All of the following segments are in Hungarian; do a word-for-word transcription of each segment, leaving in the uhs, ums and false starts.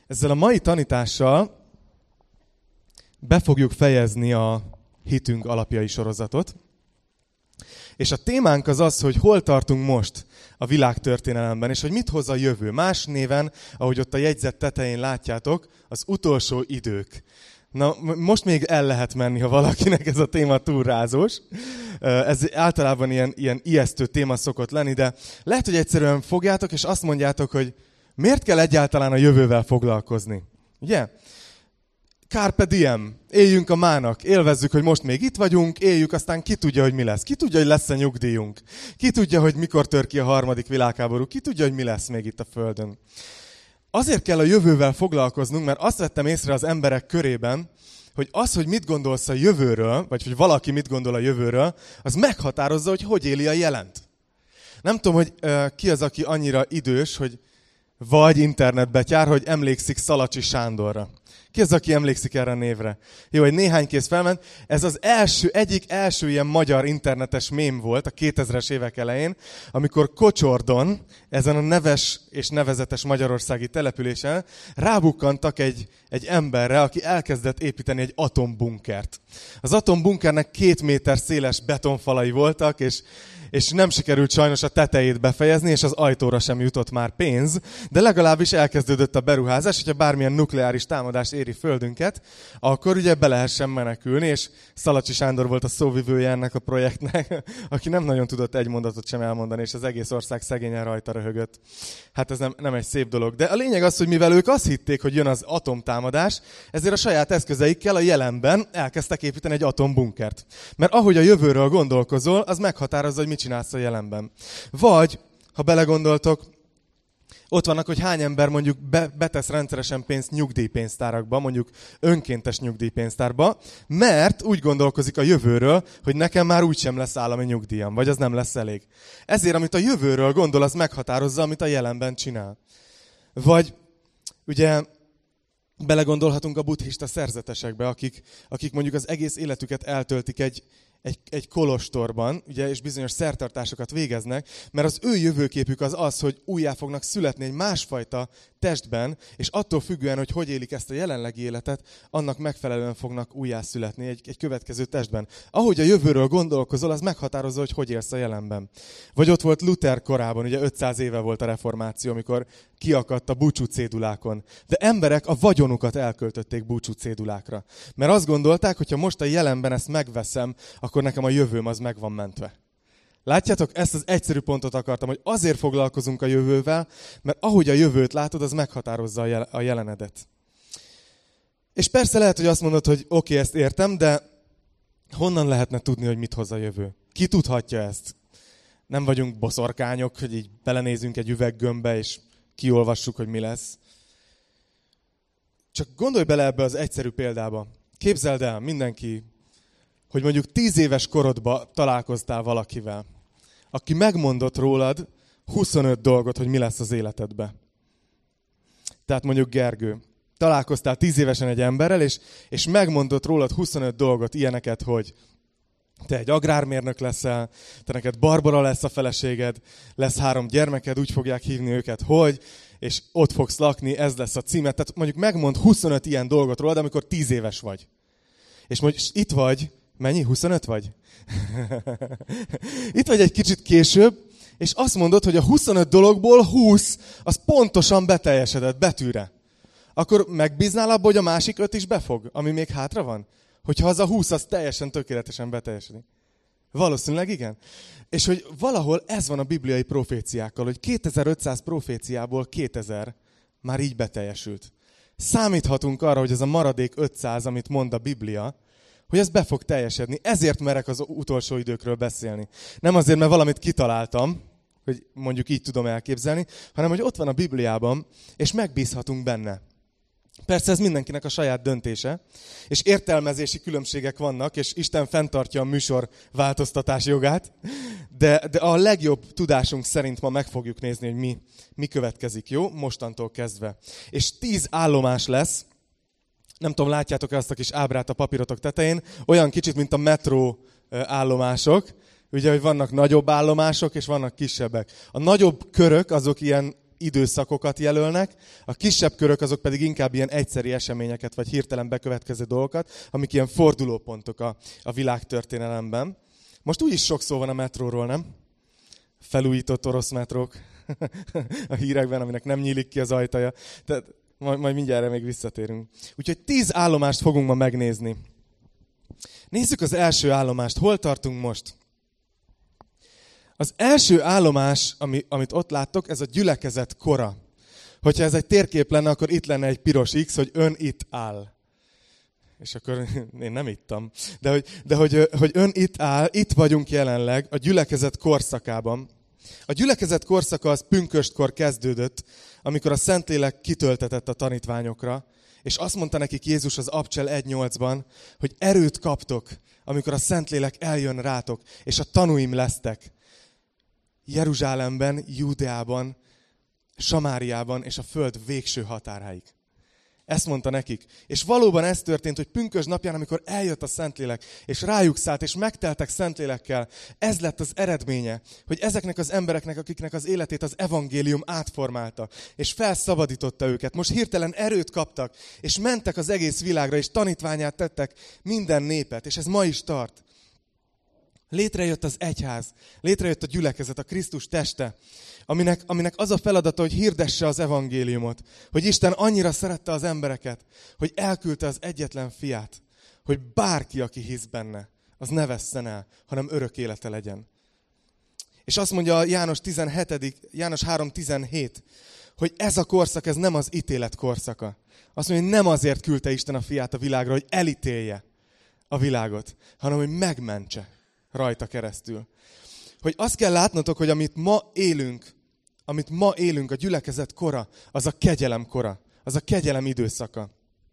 Ezzel a mai tanítással be fogjuk fejezni a hitünk alapjai sorozatot. És a témánk az az, hogy hol tartunk most a világtörténelemben, és hogy mit hoz a jövő. Más néven, ahogy ott a jegyzet tetején látjátok, az utolsó idők. Na, most még el lehet menni, ha valakinek ez a téma túl rázós. Ez általában ilyen, ilyen ijesztő téma szokott lenni, de lehet, hogy egyszerűen fogjátok, és azt mondjátok, hogy miért kell egyáltalán a jövővel foglalkozni? Ugye? Carpe diem, éljünk a mának, élvezzük, hogy most még itt vagyunk, éljük, aztán ki tudja, hogy mi lesz. Ki tudja, hogy lesz-e nyugdíjunk. Ki tudja, hogy mikor tör ki a harmadik világháború. Ki tudja, hogy mi lesz még itt a Földön. Azért kell a jövővel foglalkoznunk, mert azt vettem észre az emberek körében, hogy az, hogy mit gondolsz a jövőről, vagy hogy valaki mit gondol a jövőről, az meghatározza, hogy hogy éli a jelent. Nem tudom, hogy uh, ki az, aki annyira idős, hogy vagy internetbetyár, hogy emlékszik Szalacsi Sándorra. Ki az, aki emlékszik erre a névre? Jó, egy néhány kéz felment. Ez az első, egyik első ilyen magyar internetes mém volt a kétezres évek elején, amikor Kocsordon, ezen a neves és nevezetes magyarországi településen rábukkantak egy, egy emberre, aki elkezdett építeni egy atombunkert. Az atombunkernek két méter széles betonfalai voltak, és és nem sikerült sajnos a tetejét befejezni, és az ajtóra sem jutott már pénz, de legalábbis elkezdődött a beruházás, hogyha bármilyen nukleáris támadás éri földünket, akkor ugye be lehessen menekülni, és Szalacsi Sándor volt a szóvivője ennek a projektnek, aki nem nagyon tudott egy mondatot sem elmondani, és az egész ország szegényen rajta röhögött. Hát ez nem, nem egy szép dolog. De a lényeg az, hogy mivel ők azt hitték, hogy jön az atomtámadás, ezért a saját eszközeikkel a jelenben elkezdtek építeni egy atombunkert. Mert ahogy a jövőről gondolkozol, az meghatározza, hogy mit csinálsz a jelenben. Vagy, ha belegondoltok, ott vannak, hogy hány ember mondjuk be, betesz rendszeresen pénzt nyugdíjpénztárakba, mondjuk önkéntes nyugdíjpénztárba, mert úgy gondolkozik a jövőről, hogy nekem már úgysem lesz állami nyugdíjam, vagy az nem lesz elég. Ezért, amit a jövőről gondol, az meghatározza, amit a jelenben csinál. Vagy, ugye, belegondolhatunk a buddhista szerzetesekbe, akik, akik mondjuk az egész életüket eltöltik egy Egy, egy kolostorban, ugye, és bizonyos szertartásokat végeznek, mert az ő jövőképük az az, hogy újjá fognak születni egy másfajta testben, és attól függően, hogy hogy élik ezt a jelenlegi életet, annak megfelelően fognak újjá születni egy, egy következő testben. Ahogy a jövőről gondolkozol, az meghatározza, hogy hogy élsz a jelenben. Vagy ott volt Luther korában, ugye ötszáz éve volt a reformáció, amikor kiakadt a búcsú cédulákon. De emberek a vagyonukat elköltötték búcsú cédulákra. Mert azt gondolták, hogy ha most a jelenben ezt megveszem, akkor nekem a jövőm az meg van mentve. Látjátok, ezt az egyszerű pontot akartam, hogy azért foglalkozunk a jövővel, mert ahogy a jövőt látod, az meghatározza a jelenedet. És persze lehet, hogy azt mondod, hogy oké, okay, ezt értem, de honnan lehetne tudni, hogy mit hoz a jövő? Ki tudhatja ezt? Nem vagyunk boszorkányok, hogy így belenézünk egy üveggömbbe, és kiolvassuk, hogy mi lesz. Csak gondolj bele ebbe az egyszerű példába. Képzeld el, mindenki, hogy mondjuk tíz éves korodban találkoztál valakivel, aki megmondott rólad huszonöt dolgot, hogy mi lesz az életedbe. Tehát mondjuk Gergő, találkoztál tíz évesen egy emberrel, és, és megmondott rólad huszonöt dolgot, ilyeneket, hogy te egy agrármérnök leszel, te neked Barbara lesz a feleséged, lesz három gyermeked, úgy fogják hívni őket, hogy, és ott fogsz lakni, ez lesz a címet. Tehát mondjuk megmond huszonöt ilyen dolgot rólad, amikor tíz éves vagy. És mondjuk itt vagy, mennyi? huszonöt vagy? Itt vagy egy kicsit később, és azt mondod, hogy a huszonöt dologból húsz, az pontosan beteljesedett betűre. Akkor megbíznál abba, hogy a másik öt is befog, ami még hátra van? Hogyha az a húsz, az teljesen tökéletesen beteljesedik. Valószínűleg igen. És hogy valahol ez van a bibliai proféciákkal, hogy kétezer-ötszáz proféciából kétezer már így beteljesült. Számíthatunk arra, hogy ez a maradék ötszáz, amit mond a Biblia, hogy ez be fog teljesedni. Ezért merek az utolsó időkről beszélni. Nem azért, mert valamit kitaláltam, hogy mondjuk így tudom elképzelni, hanem hogy ott van a Bibliában, és megbízhatunk benne. Persze ez mindenkinek a saját döntése, és értelmezési különbségek vannak, és Isten fenntartja a műsor változtatás jogát, de, de a legjobb tudásunk szerint ma meg fogjuk nézni, hogy mi, mi következik, jó? Mostantól kezdve. És tíz állomás lesz, nem tudom, látjátok-e azt a kis ábrát a papírotok tetején, olyan kicsit, mint a metró állomások, ugye, hogy vannak nagyobb állomások, és vannak kisebbek. A nagyobb körök azok ilyen időszakokat jelölnek, a kisebb körök azok pedig inkább ilyen egyszeri eseményeket, vagy hirtelen bekövetkező dolgokat, amik ilyen fordulópontok a, a világtörténelemben. Most úgyis sok szó van a metróról, nem? Felújított orosz metrók a hírekben, aminek nem nyílik ki az ajtaja. Tehát majd, majd mindjárt erre még visszatérünk. Úgyhogy tíz állomást fogunk ma megnézni. Nézzük az első állomást. Hol tartunk most? Az első állomás, ami, amit ott láttok, ez a gyülekezet kora. Hogyha ez egy térkép lenne, akkor itt lenne egy piros X, hogy ön itt áll. És akkor én nem ittam. De, hogy, de hogy, hogy ön itt áll, itt vagyunk jelenleg a gyülekezet korszakában. A gyülekezet korszaka az pünköstkor kezdődött, amikor a Szentlélek kitöltetett a tanítványokra, és azt mondta nekik Jézus az Abcsel egy nyolcban, hogy erőt kaptok, amikor a Szentlélek eljön rátok, és a tanúim lesztek. Jeruzsálemben, Júdeában, Samáriában és a föld végső határáig. Ezt mondta nekik. És valóban ez történt, hogy pünkösd napján, amikor eljött a Szentlélek, és rájuk szállt, és megteltek Szentlélekkel, ez lett az eredménye, hogy ezeknek az embereknek, akiknek az életét az evangélium átformálta, és felszabadította őket. Most hirtelen erőt kaptak, és mentek az egész világra, és tanítványát tettek minden népet, és ez ma is tart. Létrejött az egyház, létrejött a gyülekezet, a Krisztus teste, aminek, aminek az a feladata, hogy hirdesse az evangéliumot, hogy Isten annyira szerette az embereket, hogy elküldte az egyetlen fiát, hogy bárki, aki hisz benne, az ne vesszen el, hanem örök élete legyen. És azt mondja János, tizenhetedik, János három tizenhét, hogy ez a korszak, ez nem az ítélet korszaka. Azt mondja, hogy nem azért küldte Isten a fiát a világra, hogy elítélje a világot, hanem hogy megmentse rajta keresztül. Hogy azt kell látnotok, hogy amit ma élünk, amit ma élünk, a gyülekezet kora, az a kegyelem kora, az a kegyelem időszaka.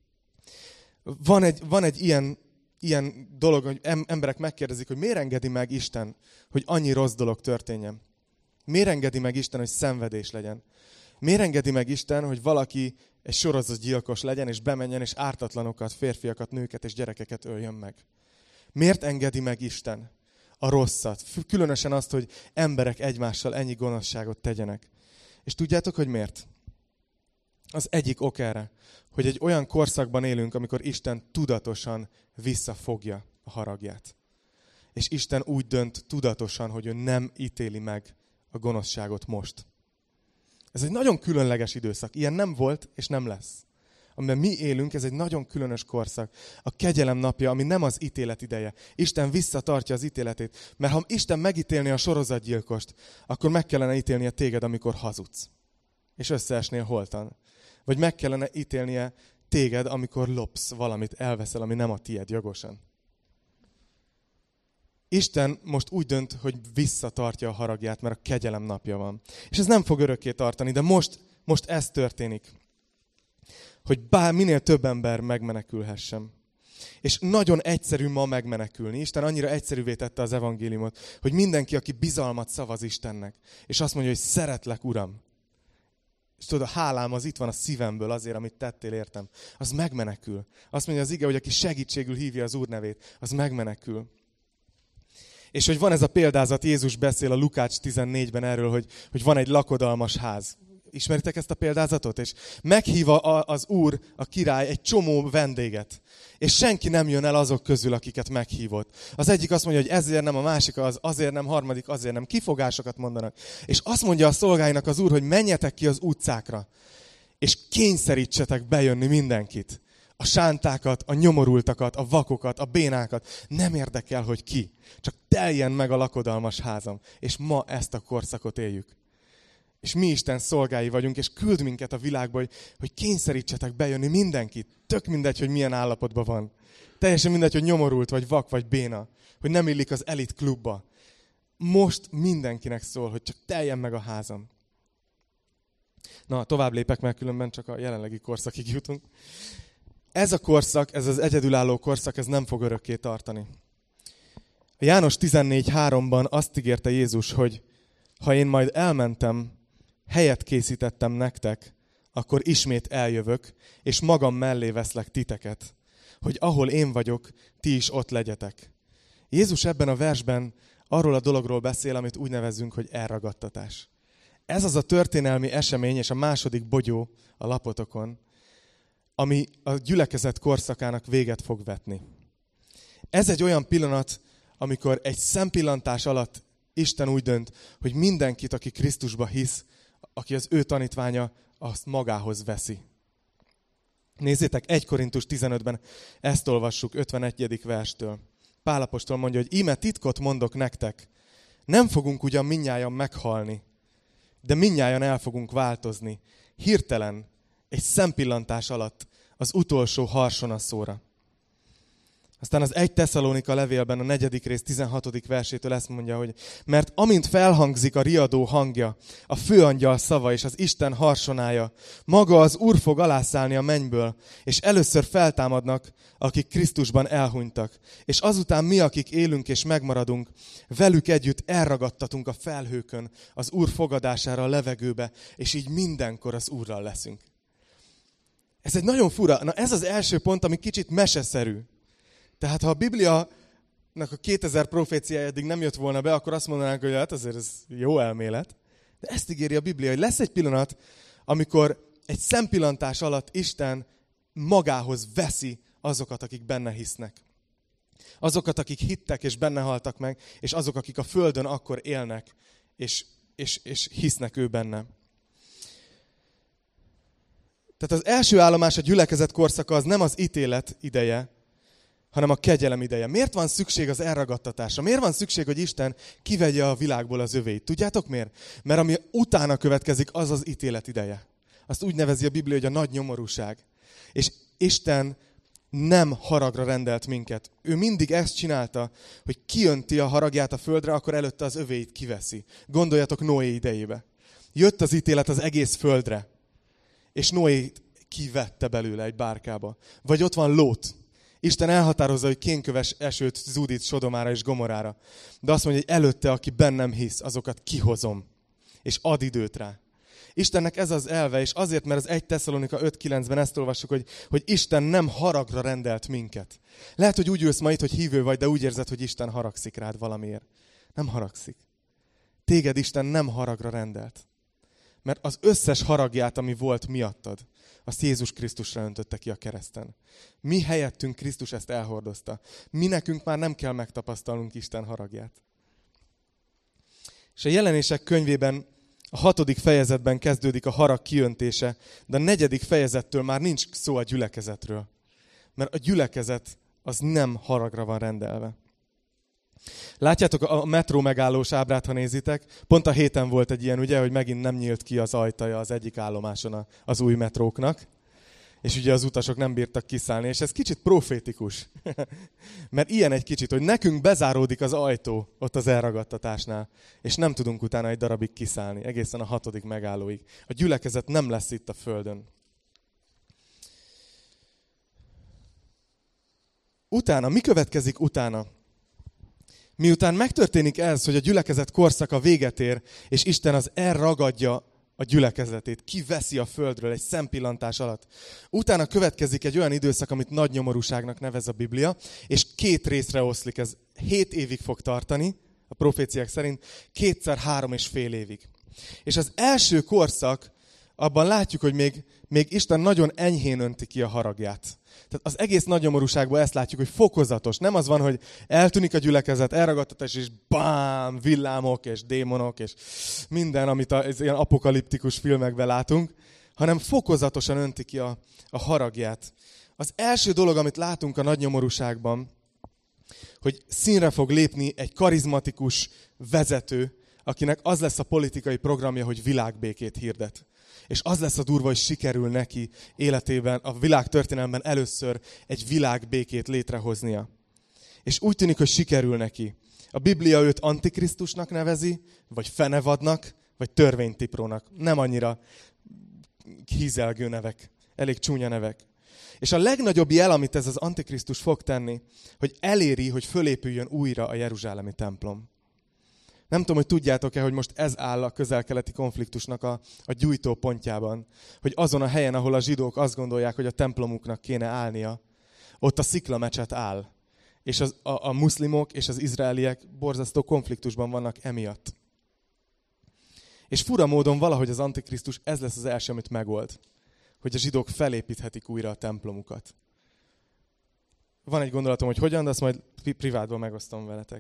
Van egy, van egy ilyen, ilyen dolog, hogy emberek megkérdezik, hogy miért engedi meg Isten, hogy annyi rossz dolog történjen. Miért engedi meg Isten, hogy szenvedés legyen. Miért engedi meg Isten, hogy valaki egy sorozatgyilkos legyen, és bemenjen, és ártatlanokat, férfiakat, nőket és gyerekeket öljön meg. Miért engedi meg Isten a rosszat? Különösen azt, hogy emberek egymással ennyi gonoszságot tegyenek. És tudjátok, hogy miért? Az egyik ok erre, hogy egy olyan korszakban élünk, amikor Isten tudatosan visszafogja a haragját. És Isten úgy dönt tudatosan, hogy ő nem ítéli meg a gonoszságot most. Ez egy nagyon különleges időszak. Ilyen nem volt, és nem lesz. Amiben mi élünk, ez egy nagyon különös korszak. A kegyelem napja, ami nem az ítélet ideje. Isten visszatartja az ítéletét. Mert ha Isten megítélné a sorozatgyilkost, akkor meg kellene ítélnie téged, amikor hazudsz. És összeesnél holtan. Vagy meg kellene ítélnie téged, amikor lopsz valamit, elveszel, ami nem a tied jogosan. Isten most úgy dönt, hogy visszatartja a haragját, mert a kegyelem napja van. És ez nem fog örökké tartani, de most, most ez történik. Hogy bár minél több ember megmenekülhessen. És nagyon egyszerű ma megmenekülni. Isten annyira egyszerűvé tette az evangéliumot, hogy mindenki, aki bizalmat szavaz Istennek, és azt mondja, hogy szeretlek, Uram. És tudod, a hálám az itt van a szívemből azért, amit tettél, értem. Az megmenekül. Azt mondja az ige, hogy aki segítségül hívja az Úr nevét, az megmenekül. És hogy van ez a példázat, Jézus beszél a Lukács tizennégyben erről, hogy, hogy van egy lakodalmas ház. Ismeritek ezt a példázatot? És meghívja az Úr, a király egy csomó vendéget. És senki nem jön el azok közül, akiket meghívott. Az egyik azt mondja, hogy ezért nem, a másik az azért nem, harmadik azért nem. Kifogásokat mondanak. És azt mondja a szolgáinak az Úr, hogy menjetek ki az utcákra, és kényszerítsetek bejönni mindenkit. A sántákat, a nyomorultakat, a vakokat, a bénákat. Nem érdekel, hogy ki. Csak teljen meg a lakodalmas házam. És ma ezt a korszakot éljük. És mi Isten szolgái vagyunk, és küld minket a világba, hogy, hogy kényszerítsetek bejönni mindenkit. Tök mindegy, hogy milyen állapotban van. Teljesen mindegy, hogy nyomorult, vagy vak, vagy béna. Hogy nem illik az elit klubba. Most mindenkinek szól, hogy csak teljen meg a házam. Na, tovább lépek, mert különben csak a jelenlegi korszakig jutunk. Ez a korszak, ez az egyedülálló korszak, ez nem fog örökké tartani. A János tizennégy háromban azt ígérte Jézus, hogy ha én majd elmentem, helyet készítettem nektek, akkor ismét eljövök, és magam mellé veszlek titeket, hogy ahol én vagyok, ti is ott legyetek. Jézus ebben a versben arról a dologról beszél, amit úgy nevezzünk, hogy elragadtatás. Ez az a történelmi esemény, és a második bogyó a lapotokon, ami a gyülekezet korszakának véget fog vetni. Ez egy olyan pillanat, amikor egy szempillantás alatt Isten úgy dönt, hogy mindenkit, aki Krisztusba hisz, aki az ő tanítványa, azt magához veszi. Nézzétek, egy Korintus tizenötben ezt olvassuk, ötvenegyedik verstől. Pál apostol mondja, hogy íme titkot mondok nektek, nem fogunk ugyan mindnyájan meghalni, de mindnyájan el fogunk változni. Hirtelen, egy szempillantás alatt, az utolsó harsonaszóra. Aztán az egy Tesszalonika levélben a negyedik rész tizenhatodik versétől ezt mondja, hogy mert amint felhangzik a riadó hangja, a főangyal szava és az Isten harsonája, maga az Úr fog alászállni a mennyből, és először feltámadnak, akik Krisztusban elhunytak. És azután mi, akik élünk és megmaradunk, velük együtt elragadtatunk a felhőkön, az Úr fogadására a levegőbe, és így mindenkor az Úrral leszünk. Ez egy nagyon fura, na ez az első pont, ami kicsit meseszerű. Tehát ha a Bibliának a kétezer proféciája eddig nem jött volna be, akkor azt mondanánk, hogy hát azért ez jó elmélet. De ezt ígéri a Biblia, hogy lesz egy pillanat, amikor egy szempillantás alatt Isten magához veszi azokat, akik benne hisznek. Azokat, akik hittek és benne haltak meg, és azok, akik a földön akkor élnek, és, és, és hisznek ő benne. Tehát az első állomás, a gyülekezet korszaka az nem az ítélet ideje, hanem a kegyelem ideje. Miért van szükség az elragadtatásra? Miért van szükség, hogy Isten kivegye a világból az övéit? Tudjátok miért? Mert ami utána következik, az az ítélet ideje. Azt úgy nevezi a Biblia, hogy a nagy nyomorúság. És Isten nem haragra rendelt minket. Ő mindig ezt csinálta, hogy kijönti a haragját a földre, akkor előtte az övéit kiveszi. Gondoljatok Noé idejébe. Jött az ítélet az egész földre, és Noét kivette belőle egy bárkába. Vagy ott van Lót. Isten elhatározza, hogy kénköves esőt zúdít Sodomára és Gomorára. De azt mondja, hogy előtte, aki bennem hisz, azokat kihozom. És ad időt rá. Istennek ez az elve, és azért, mert az egy Tesszalonika öt kilencben ezt olvassuk, hogy, hogy Isten nem haragra rendelt minket. Lehet, hogy úgy ülsz ma itt, hogy hívő vagy, de úgy érzed, hogy Isten haragszik rád valamiért. Nem haragszik. Téged Isten nem haragra rendelt. Mert az összes haragját, ami volt miattad, azt Jézus Krisztusra öntötte ki a kereszten. Mi helyettünk Krisztus ezt elhordozta. Mi nekünk már nem kell megtapasztalnunk Isten haragját. És a Jelenések könyvében a hatodik fejezetben kezdődik a harag kiöntése, de a negyedik fejezettől már nincs szó a gyülekezetről. Mert a gyülekezet az nem haragra van rendelve. Látjátok a metró megállós ábrát, ha nézitek? Pont a héten volt egy ilyen, ugye, hogy megint nem nyílt ki az ajtaja az egyik állomáson az új metróknak. És ugye az utasok nem bírtak kiszállni, és ez kicsit profétikus. Mert ilyen egy kicsit, hogy nekünk bezáródik az ajtó ott az elragadtatásnál, és nem tudunk utána egy darabig kiszállni, egészen a hatodik megállóig. A gyülekezet nem lesz itt a földön. Utána, mi következik utána? Miután megtörténik ez, hogy a gyülekezet korszaka véget ér, és Isten az elragadja a gyülekezetét, kiveszi a földről egy szempillantás alatt. Utána következik egy olyan időszak, amit nagy nyomorúságnak nevez a Biblia, és két részre oszlik. Ez hét évig fog tartani, a proféciák szerint, kétszer három és fél évig. És az első korszak, abban látjuk, hogy még, még Isten nagyon enyhén önti ki a haragját. Tehát az egész nagy nyomorúságban ezt látjuk, hogy fokozatos. Nem az van, hogy eltűnik a gyülekezet, elragadtatás, és bám, villámok, és démonok, és minden, amit az ilyen apokaliptikus filmekben látunk, hanem fokozatosan önti ki a, a haragját. Az első dolog, amit látunk a nagy nyomorúságban, hogy színre fog lépni egy karizmatikus vezető, akinek az lesz a politikai programja, hogy világbékét hirdet. És az lesz a durva, hogy sikerül neki életében, a világ történelemben először egy világbékét létrehoznia. És úgy tűnik, hogy sikerül neki. A Biblia őt antikrisztusnak nevezi, vagy fenevadnak, vagy törvénytiprónak. Nem annyira hízelgő nevek, elég csúnya nevek. És a legnagyobb jel, amit ez az antikrisztus fog tenni, hogy eléri, hogy fölépüljön újra a jeruzsálemi templom. Nem tudom, hogy tudjátok-e, hogy most ez áll a közel-keleti konfliktusnak a, a gyújtó pontjában. Hogy azon a helyen, ahol a zsidók azt gondolják, hogy a templomuknak kéne állnia, ott a sziklamecset áll. És az, a, a muszlimok és az izraeliek borzasztó konfliktusban vannak emiatt. És fura módon valahogy az Antikrisztus ez lesz az első, amit megold. Hogy a zsidók felépíthetik újra a templomukat. Van egy gondolatom, hogy hogyan, de azt majd privátban megosztom veletek.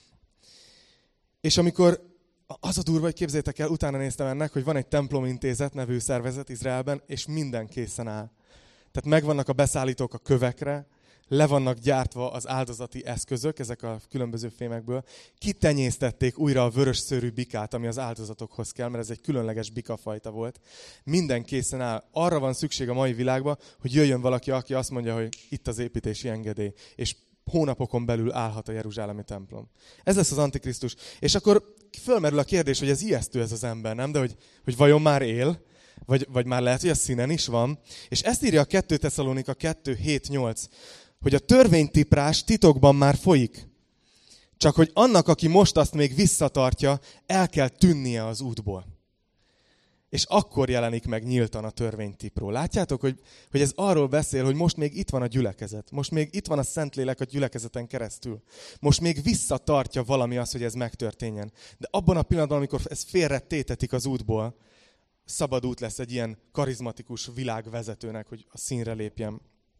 És amikor az a durva, hogy képzeljétek el, utána néztem ennek, hogy van egy templomintézet nevű szervezet Izraelben, és minden készen áll. Tehát megvannak a beszállítók a kövekre, le vannak gyártva az áldozati eszközök, ezek a különböző fémekből. Kitenyésztették újra a vörösszőrű bikát, ami az áldozatokhoz kell, mert ez egy különleges bikafajta volt. Minden készen áll. Arra van szükség a mai világban, hogy jöjjön valaki, aki azt mondja, hogy itt az építési engedély, és hónapokon belül állhat a jeruzsálemi templom. Ez lesz az Antikrisztus. És akkor fölmerül a kérdés, hogy ez ijesztő ez az ember, nem? De hogy, hogy vajon már él? Vagy, vagy már lehet, hogy a színen is van? És ezt írja a kettő Tesszalonika kettő hét nyolc, hogy a törvénytiprás titokban már folyik. Csak hogy annak, aki most azt még visszatartja, el kell tűnnie az útból. És akkor jelenik meg nyíltan a törvénytipró. Látjátok, hogy, hogy ez arról beszél, hogy most még itt van a gyülekezet. Most még itt van a Szentlélek a gyülekezeten keresztül. Most még visszatartja valami az, hogy ez megtörténjen. De abban a pillanatban, amikor ez félre tétetik az útból, szabad út lesz egy ilyen karizmatikus világvezetőnek, hogy a színre lépjen.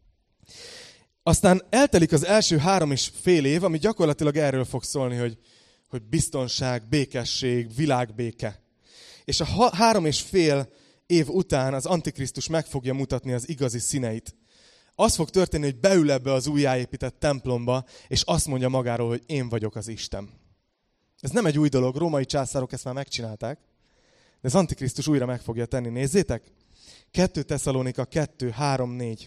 Aztán eltelik az első három és fél év, ami gyakorlatilag erről fog szólni, hogy, hogy biztonság, békesség, világbéke. És a ha- három és fél év után az Antikrisztus meg fogja mutatni az igazi színeit. Az fog történni, hogy beül ebbe az újjáépített templomba, és azt mondja magáról, hogy én vagyok az Isten. Ez nem egy új dolog, római császárok ezt már megcsinálták, de az Antikrisztus újra meg fogja tenni. Nézzétek! kettő Tesszalonika kettő három négy.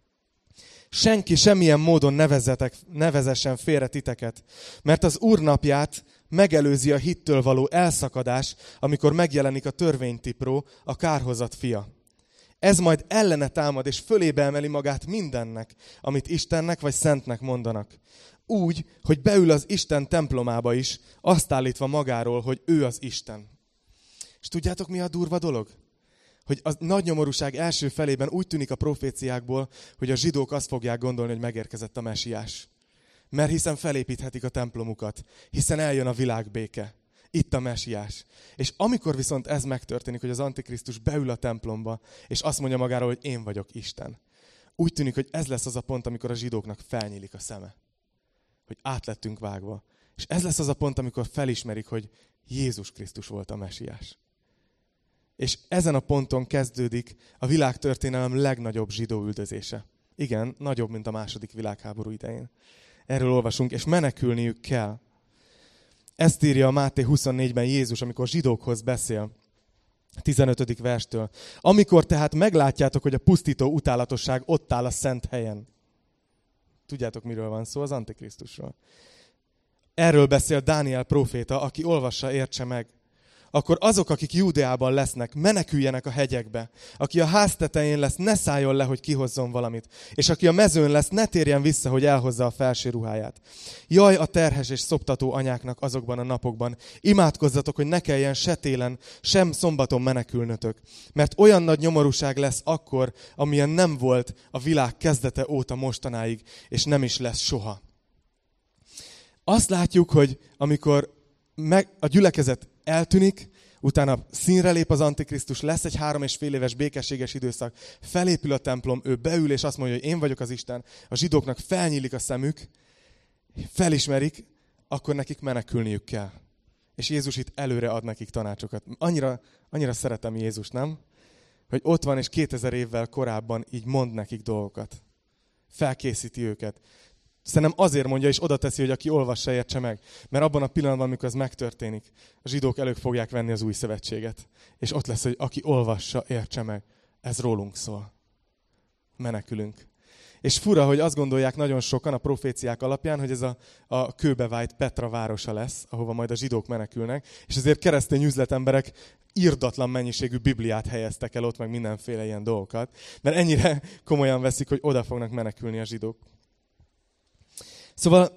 Senki semmilyen módon nevezzetek, nevezessen félre titeket, mert az Úr napját megelőzi a hittől való elszakadás, amikor megjelenik a törvénytipró, a kárhozat fia. Ez majd ellene támad, és fölébe emeli magát mindennek, amit Istennek vagy Szentnek mondanak. Úgy, hogy beül az Isten templomába is, azt állítva magáról, hogy ő az Isten. És tudjátok, mi a durva dolog? Hogy a nagy nyomorúság első felében úgy tűnik a proféciákból, hogy a zsidók azt fogják gondolni, hogy megérkezett a mesiás. Mert hiszen felépíthetik a templomukat, hiszen eljön a világbéke. Itt a mesiás. És amikor viszont ez megtörténik, hogy az Antikrisztus beül a templomba, és azt mondja magáról, hogy én vagyok Isten. Úgy tűnik, hogy ez lesz az a pont, amikor a zsidóknak felnyílik a szeme. Hogy át lettünk vágva. És ez lesz az a pont, amikor felismerik, hogy Jézus Krisztus volt a mesiás. És ezen a ponton kezdődik a világtörténelem legnagyobb zsidó üldözése. Igen, nagyobb, mint a második világháború idején. Erről olvasunk, és menekülniük kell. Ezt írja a Máté huszonnégyben Jézus, amikor zsidókhoz beszél, tizenötödik verstől. Amikor tehát meglátjátok, hogy a pusztító utálatosság ott áll a szent helyen. Tudjátok, miről van szó? Az Antikrisztusról. Erről beszél Dániel próféta, aki olvassa, értse meg. Akkor azok, akik Júdeában lesznek, meneküljenek a hegyekbe. Aki a ház tetején lesz, ne szálljon le, hogy kihozzon valamit. És aki a mezőn lesz, ne térjen vissza, hogy elhozza a felső ruháját. Jaj a terhes és szoptató anyáknak azokban a napokban. Imádkozzatok, hogy ne kelljen se télen, sem szombaton menekülnötök. Mert olyan nagy nyomorúság lesz akkor, amilyen nem volt a világ kezdete óta mostanáig, és nem is lesz soha. Azt látjuk, hogy amikor meg a gyülekezet eltűnik, utána színre lép az Antikrisztus, lesz egy három és fél éves békességes időszak, felépül a templom, ő beül és azt mondja, hogy én vagyok az Isten, a zsidóknak felnyílik a szemük, felismerik, akkor nekik menekülniük kell. És Jézus itt előre ad nekik tanácsokat. Annyira, annyira szeretem Jézus, nem? Hogy ott van és kétezer évvel korábban így mond nekik dolgokat. Felkészíti őket. Szerintem azért mondja, és oda teszi, hogy aki olvassa, értse meg. Mert abban a pillanatban, amikor ez megtörténik, a zsidók elő fogják venni az új szövetséget. És ott lesz, hogy aki olvassa, értse meg. Ez rólunk szól. Menekülünk. És fura, hogy azt gondolják nagyon sokan a proféciák alapján, hogy ez a, a kőbevájt Petra városa lesz, ahova majd a zsidók menekülnek. És ezért keresztény üzletemberek irdatlan mennyiségű Bibliát helyeztek el ott, meg mindenféle ilyen dolgokat. Mert ennyire komolyan veszik, hogy oda fognak menekülni a zsidók. Szóval,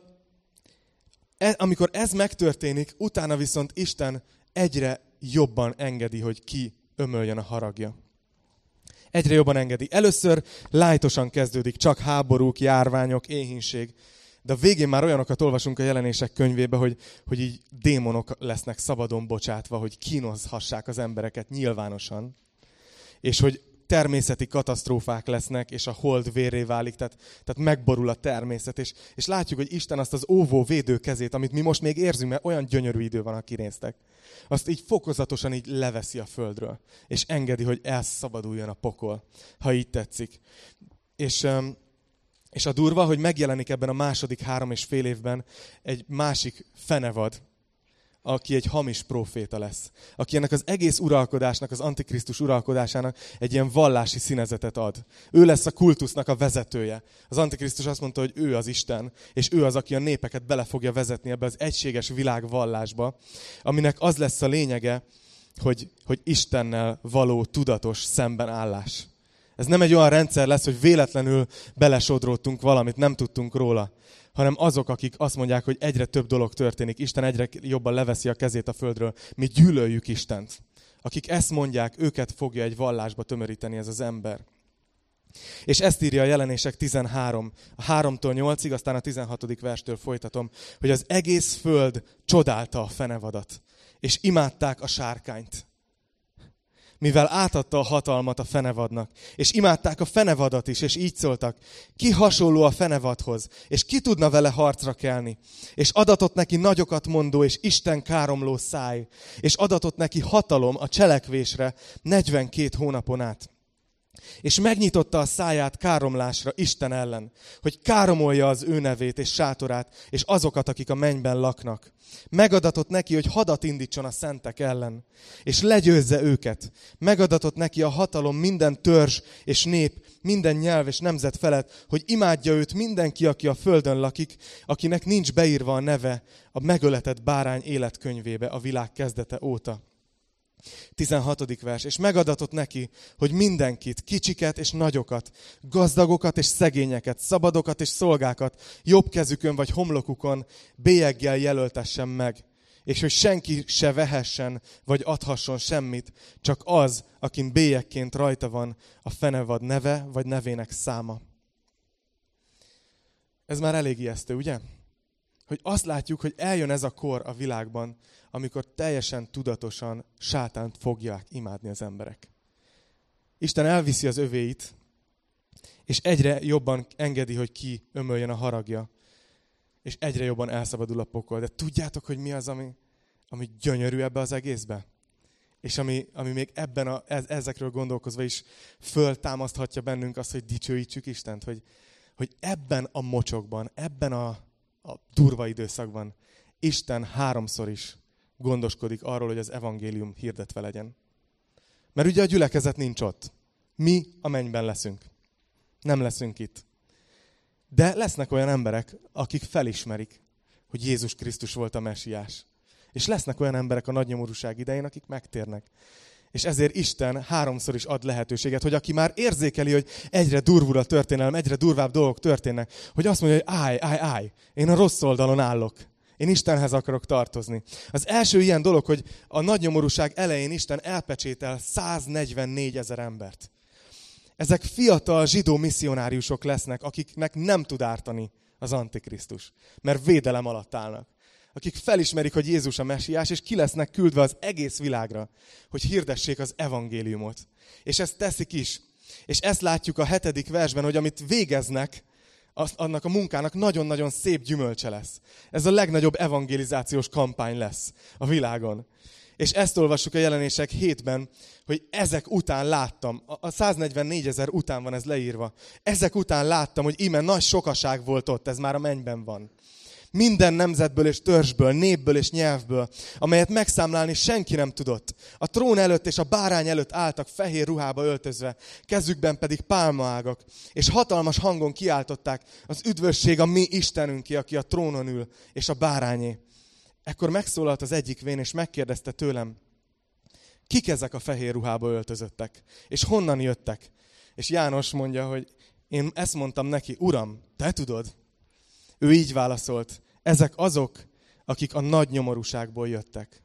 e, amikor ez megtörténik, utána viszont Isten egyre jobban engedi, hogy ki ömöljön a haragja. Egyre jobban engedi. Először lájtosan kezdődik, csak háborúk, járványok, éhínség. De a végén már olyanokat olvasunk a Jelenések könyvébe, hogy, hogy így démonok lesznek szabadon bocsátva, hogy kínozhassák az embereket nyilvánosan. És hogy természeti katasztrófák lesznek, és a hold vérré válik, tehát, tehát megborul a természet. És, és látjuk, hogy Isten azt az óvó védő kezét, amit mi most még érzünk, mert olyan gyönyörű idő van, ha kinéztek, azt így fokozatosan így leveszi a földről. És engedi, hogy elszabaduljon a pokol, ha így tetszik. És... És a durva, hogy megjelenik ebben a második három és fél évben egy másik fenevad, aki egy hamis próféta lesz. Aki ennek az egész uralkodásnak, az Antikrisztus uralkodásának egy ilyen vallási színezetet ad. Ő lesz a kultusznak a vezetője. Az Antikrisztus azt mondta, hogy ő az Isten, és ő az, aki a népeket bele fogja vezetni ebbe az egységes világvallásba, aminek az lesz a lényege, hogy, hogy Istennel való tudatos szembenállás. Ez nem egy olyan rendszer lesz, hogy véletlenül belesodródtunk valamit, nem tudtunk róla, hanem azok, akik azt mondják, hogy egyre több dolog történik, Isten egyre jobban leveszi a kezét a földről. Mi gyűlöljük Istent. Akik ezt mondják, őket fogja egy vallásba tömöríteni ez az ember. És ezt írja a Jelenések tizenhárom, a háromtól nyolcig, aztán a tizenhatodik verstől folytatom, hogy az egész föld csodálta a fenevadat, és imádták a sárkányt, mivel átadta a hatalmat a fenevadnak. És imádták a fenevadat is, és így szóltak, ki hasonló a fenevadhoz, és ki tudna vele harcra kelni. És adatott neki nagyokat mondó, és Isten káromló száj, és adatott neki hatalom a cselekvésre negyvenkét hónapon át. És megnyitotta a száját káromlásra Isten ellen, hogy káromolja az ő nevét és sátorát, és azokat, akik a mennyben laknak. Megadatott neki, hogy hadat indítson a szentek ellen, és legyőzze őket. Megadatott neki a hatalom minden törzs és nép, minden nyelv és nemzet felett, hogy imádja őt mindenki, aki a földön lakik, akinek nincs beírva a neve a megöletett bárány életkönyvébe a világ kezdete óta. tizenhatodik vers. És megadatott neki, hogy mindenkit, kicsiket és nagyokat, gazdagokat és szegényeket, szabadokat és szolgákat, jobb kezükön vagy homlokukon bélyeggel jelöltessen meg, és hogy senki se vehessen vagy adhasson semmit, csak az, akin bélyegként rajta van a fenevad neve vagy nevének száma. Ez már elég ijesztő, ugye? Hogy azt látjuk, hogy eljön ez a kor a világban, amikor teljesen tudatosan sátánt fogják imádni az emberek. Isten elviszi az övéit, és egyre jobban engedi, hogy ki ömöljön a haragja, és egyre jobban elszabadul a pokol. De tudjátok, hogy mi az, ami, ami gyönyörű ebbe az egészbe? És ami, ami még ebben a, ez, ezekről gondolkozva is föltámaszthatja bennünk azt, hogy dicsőítsük Istent, hogy, hogy ebben a mocsokban, ebben a, a durva időszakban Isten háromszor is gondoskodik arról, hogy az evangélium hirdetve legyen. Mert ugye a gyülekezet nincs ott. Mi a mennyben leszünk. Nem leszünk itt. De lesznek olyan emberek, akik felismerik, hogy Jézus Krisztus volt a mesiás. És lesznek olyan emberek a nagy nyomorúság idején, akik megtérnek. És ezért Isten háromszor is ad lehetőséget, hogy aki már érzékeli, hogy egyre durvul a történelem, egyre durvább dolgok történnek, hogy azt mondja, hogy állj, állj, állj, én a rossz oldalon állok. Én Istenhez akarok tartozni. Az első ilyen dolog, hogy a nagy nyomorúság elején Isten elpecsétel száznegyvennégy ezer embert. Ezek fiatal zsidó misszionáriusok lesznek, akiknek nem tud ártani az Antikrisztus, mert védelem alatt állnak. Akik felismerik, hogy Jézus a mesiás, és ki lesznek küldve az egész világra, hogy hirdessék az evangéliumot. És ezt teszik is. És ezt látjuk a hetedik versben, hogy amit végeznek, az, annak a munkának nagyon-nagyon szép gyümölcse lesz. Ez a legnagyobb evangelizációs kampány lesz a világon. És ezt olvassuk a Jelenések hétben, hogy ezek után láttam, a száznegyvennégy ezer után van ez leírva, ezek után láttam, hogy íme nagy sokaság volt ott, ez már a mennyben van. Minden nemzetből és törzsből, népből és nyelvből, amelyet megszámlálni senki nem tudott. A trón előtt és a bárány előtt álltak fehér ruhába öltözve, kezükben pedig pálmaágak, és hatalmas hangon kiáltották, az üdvösség a mi Istenünké, aki a trónon ül, és a bárányé. Ekkor megszólalt az egyik vén, és megkérdezte tőlem, kik ezek a fehér ruhába öltözöttek, és honnan jöttek? És János mondja, hogy én ezt mondtam neki, Uram, te tudod? Ő így válaszolt, ezek azok, akik a nagy nyomorúságból jöttek.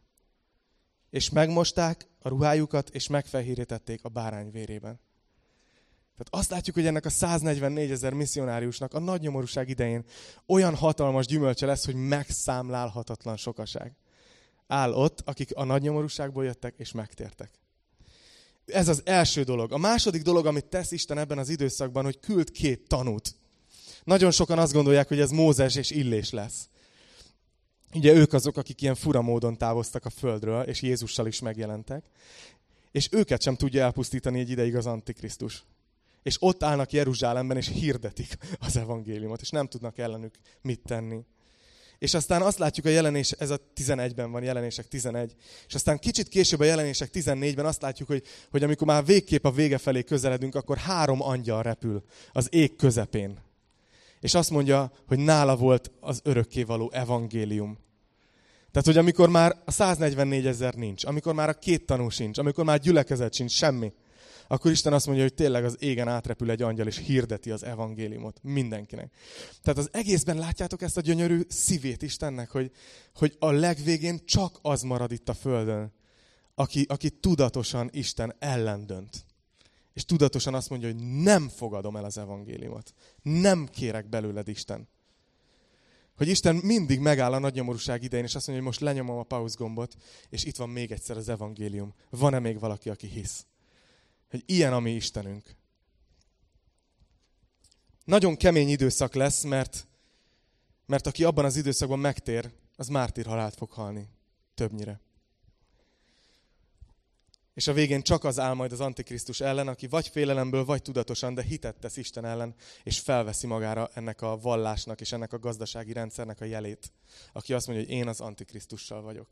És megmosták a ruhájukat, és megfehérítették a bárány vérében. Tehát azt látjuk, hogy ennek a száznegyvennégyezer misszionáriusnak a nagy nyomorúság idején olyan hatalmas gyümölcse lesz, hogy megszámlálhatatlan sokaság áll ott, akik a nagy nyomorúságból jöttek és megtértek. Ez az első dolog. A második dolog, amit tesz Isten ebben az időszakban, hogy küld két tanút. Nagyon sokan azt gondolják, hogy ez Mózes és Illés lesz. Ugye ők azok, akik ilyen fura módon távoztak a földről, és Jézussal is megjelentek. És őket sem tudja elpusztítani egy ideig az Antikrisztus. És ott állnak Jeruzsálemben, és hirdetik az evangéliumot, és nem tudnak ellenük mit tenni. És aztán azt látjuk a jelenés, ez a tizenegyben van, jelenések tizenegy, és aztán kicsit később a jelenések tizennégyben azt látjuk, hogy, hogy amikor már végképp a vége felé közeledünk, akkor három angyal repül az ég közepén. És azt mondja, hogy nála volt az örökkévaló evangélium. Tehát, hogy amikor már a száznegyvennégyezer nincs, amikor már a két tanú sincs, amikor már gyülekezet sincs, semmi, akkor Isten azt mondja, hogy tényleg az égen átrepül egy angyal, és hirdeti az evangéliumot mindenkinek. Tehát az egészben látjátok ezt a gyönyörű szívét Istennek, hogy, hogy a legvégén csak az marad itt a földön, aki, aki tudatosan Isten ellen dönt. És tudatosan azt mondja, hogy nem fogadom el az evangéliumot. Nem kérek belőled, Isten. Hogy Isten mindig megáll a nagy nyomorúság idején, és azt mondja, hogy most lenyomom a pausz gombot, és itt van még egyszer az evangélium. Van-e még valaki, aki hisz? Hogy ilyen a mi Istenünk. Nagyon kemény időszak lesz, mert, mert aki abban az időszakban megtér, az mártírhalált fog halni. Többnyire. És a végén csak az áll majd az Antikrisztus ellen, aki vagy félelemből, vagy tudatosan, de hitet tesz Isten ellen, és felveszi magára ennek a vallásnak és ennek a gazdasági rendszernek a jelét. Aki azt mondja, hogy én az Antikrisztussal vagyok.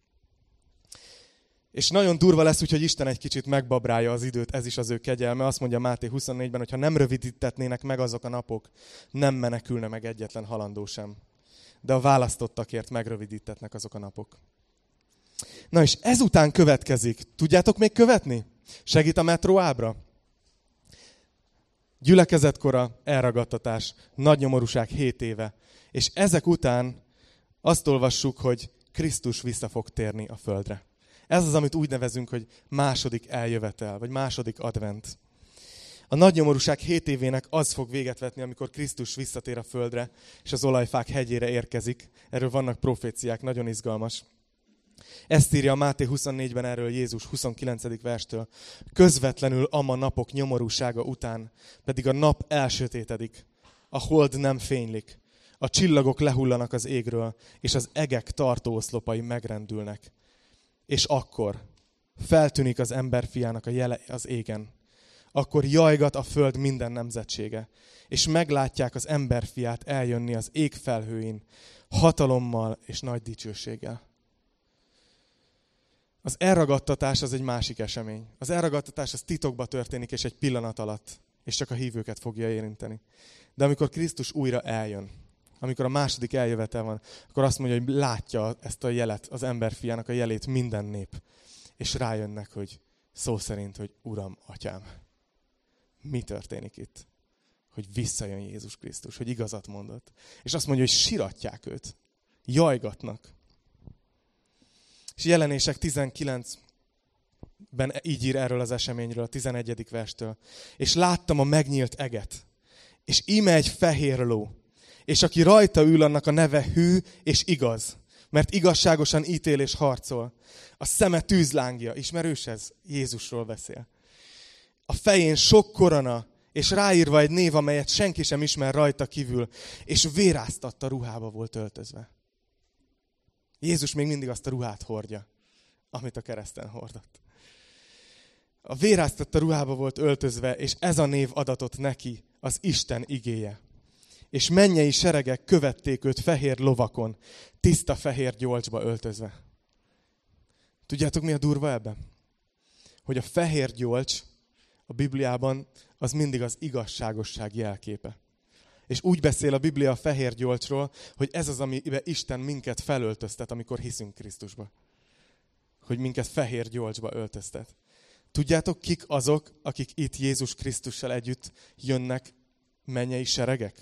És nagyon durva lesz, úgyhogy Isten egy kicsit megbabrálja az időt, ez is az ő kegyelme. Azt mondja Máté huszonnégyben, hogy ha nem rövidítetnének meg azok a napok, nem menekülne meg egyetlen halandó sem. De a választottakért megrövidítetnek azok a napok. Na és ezután következik. Tudjátok még követni? Segít a metró ábra? Gyülekezetkora, elragadtatás, nagy nyomorúság hét éve. És ezek után azt olvassuk, hogy Krisztus vissza fog térni a földre. Ez az, amit úgy nevezünk, hogy második eljövetel, vagy második advent. A nagy nyomorúság hét évének az fog véget vetni, amikor Krisztus visszatér a földre, és az olajfák hegyére érkezik. Erről vannak proféciák, nagyon izgalmas. Ezt írja a Máté huszonnégyben erről Jézus huszonkilencedik verstől. Közvetlenül ama napok nyomorúsága után, pedig a nap elsötétedik, a hold nem fénylik, a csillagok lehullanak az égről, és az egek tartóoszlopai megrendülnek. És akkor feltűnik az emberfiának a jele az égen. Akkor jajgat a föld minden nemzetsége, és meglátják az emberfiát eljönni az ég felhőin, hatalommal és nagy dicsőséggel. Az elragadtatás az egy másik esemény. Az elragadtatás az titokba történik, és egy pillanat alatt, és csak a hívőket fogja érinteni. De amikor Krisztus újra eljön, amikor a második eljövetel van, akkor azt mondja, hogy látja ezt a jelet, az emberfiának a jelét minden nép. És rájönnek, hogy szó szerint, hogy Uram, Atyám, mi történik itt? Hogy visszajön Jézus Krisztus, hogy igazat mondott. És azt mondja, hogy siratják őt, jajgatnak. És jelenések tizenkilencben így ír erről az eseményről, a tizenegyedik verstől. És láttam a megnyílt eget, és íme egy fehér ló, és aki rajta ül, annak a neve hű és igaz, mert igazságosan ítél és harcol. A szeme tűzlángja, ismerős ez? Jézusról beszél. A fején sok korona, és ráírva egy név, amelyet senki sem ismer rajta kívül, és véráztatta ruhába volt öltözve. Jézus még mindig azt a ruhát hordja, amit a kereszten hordott. A véráztatta ruhába volt öltözve, és ez a név adatott neki, az Isten igéje. És mennyei seregek követték őt fehér lovakon, tiszta fehér gyolcsba öltözve. Tudjátok, mi a durva ebben? Hogy a fehér gyolcs a Bibliában az mindig az igazságosság jelképe. És úgy beszél a Biblia a fehér gyolcsról, hogy ez az, amiben Isten minket felöltöztet, amikor hiszünk Krisztusba. Hogy minket fehér gyolcsba öltöztet. Tudjátok, kik azok, akik itt Jézus Krisztussal együtt jönnek mennyei seregek?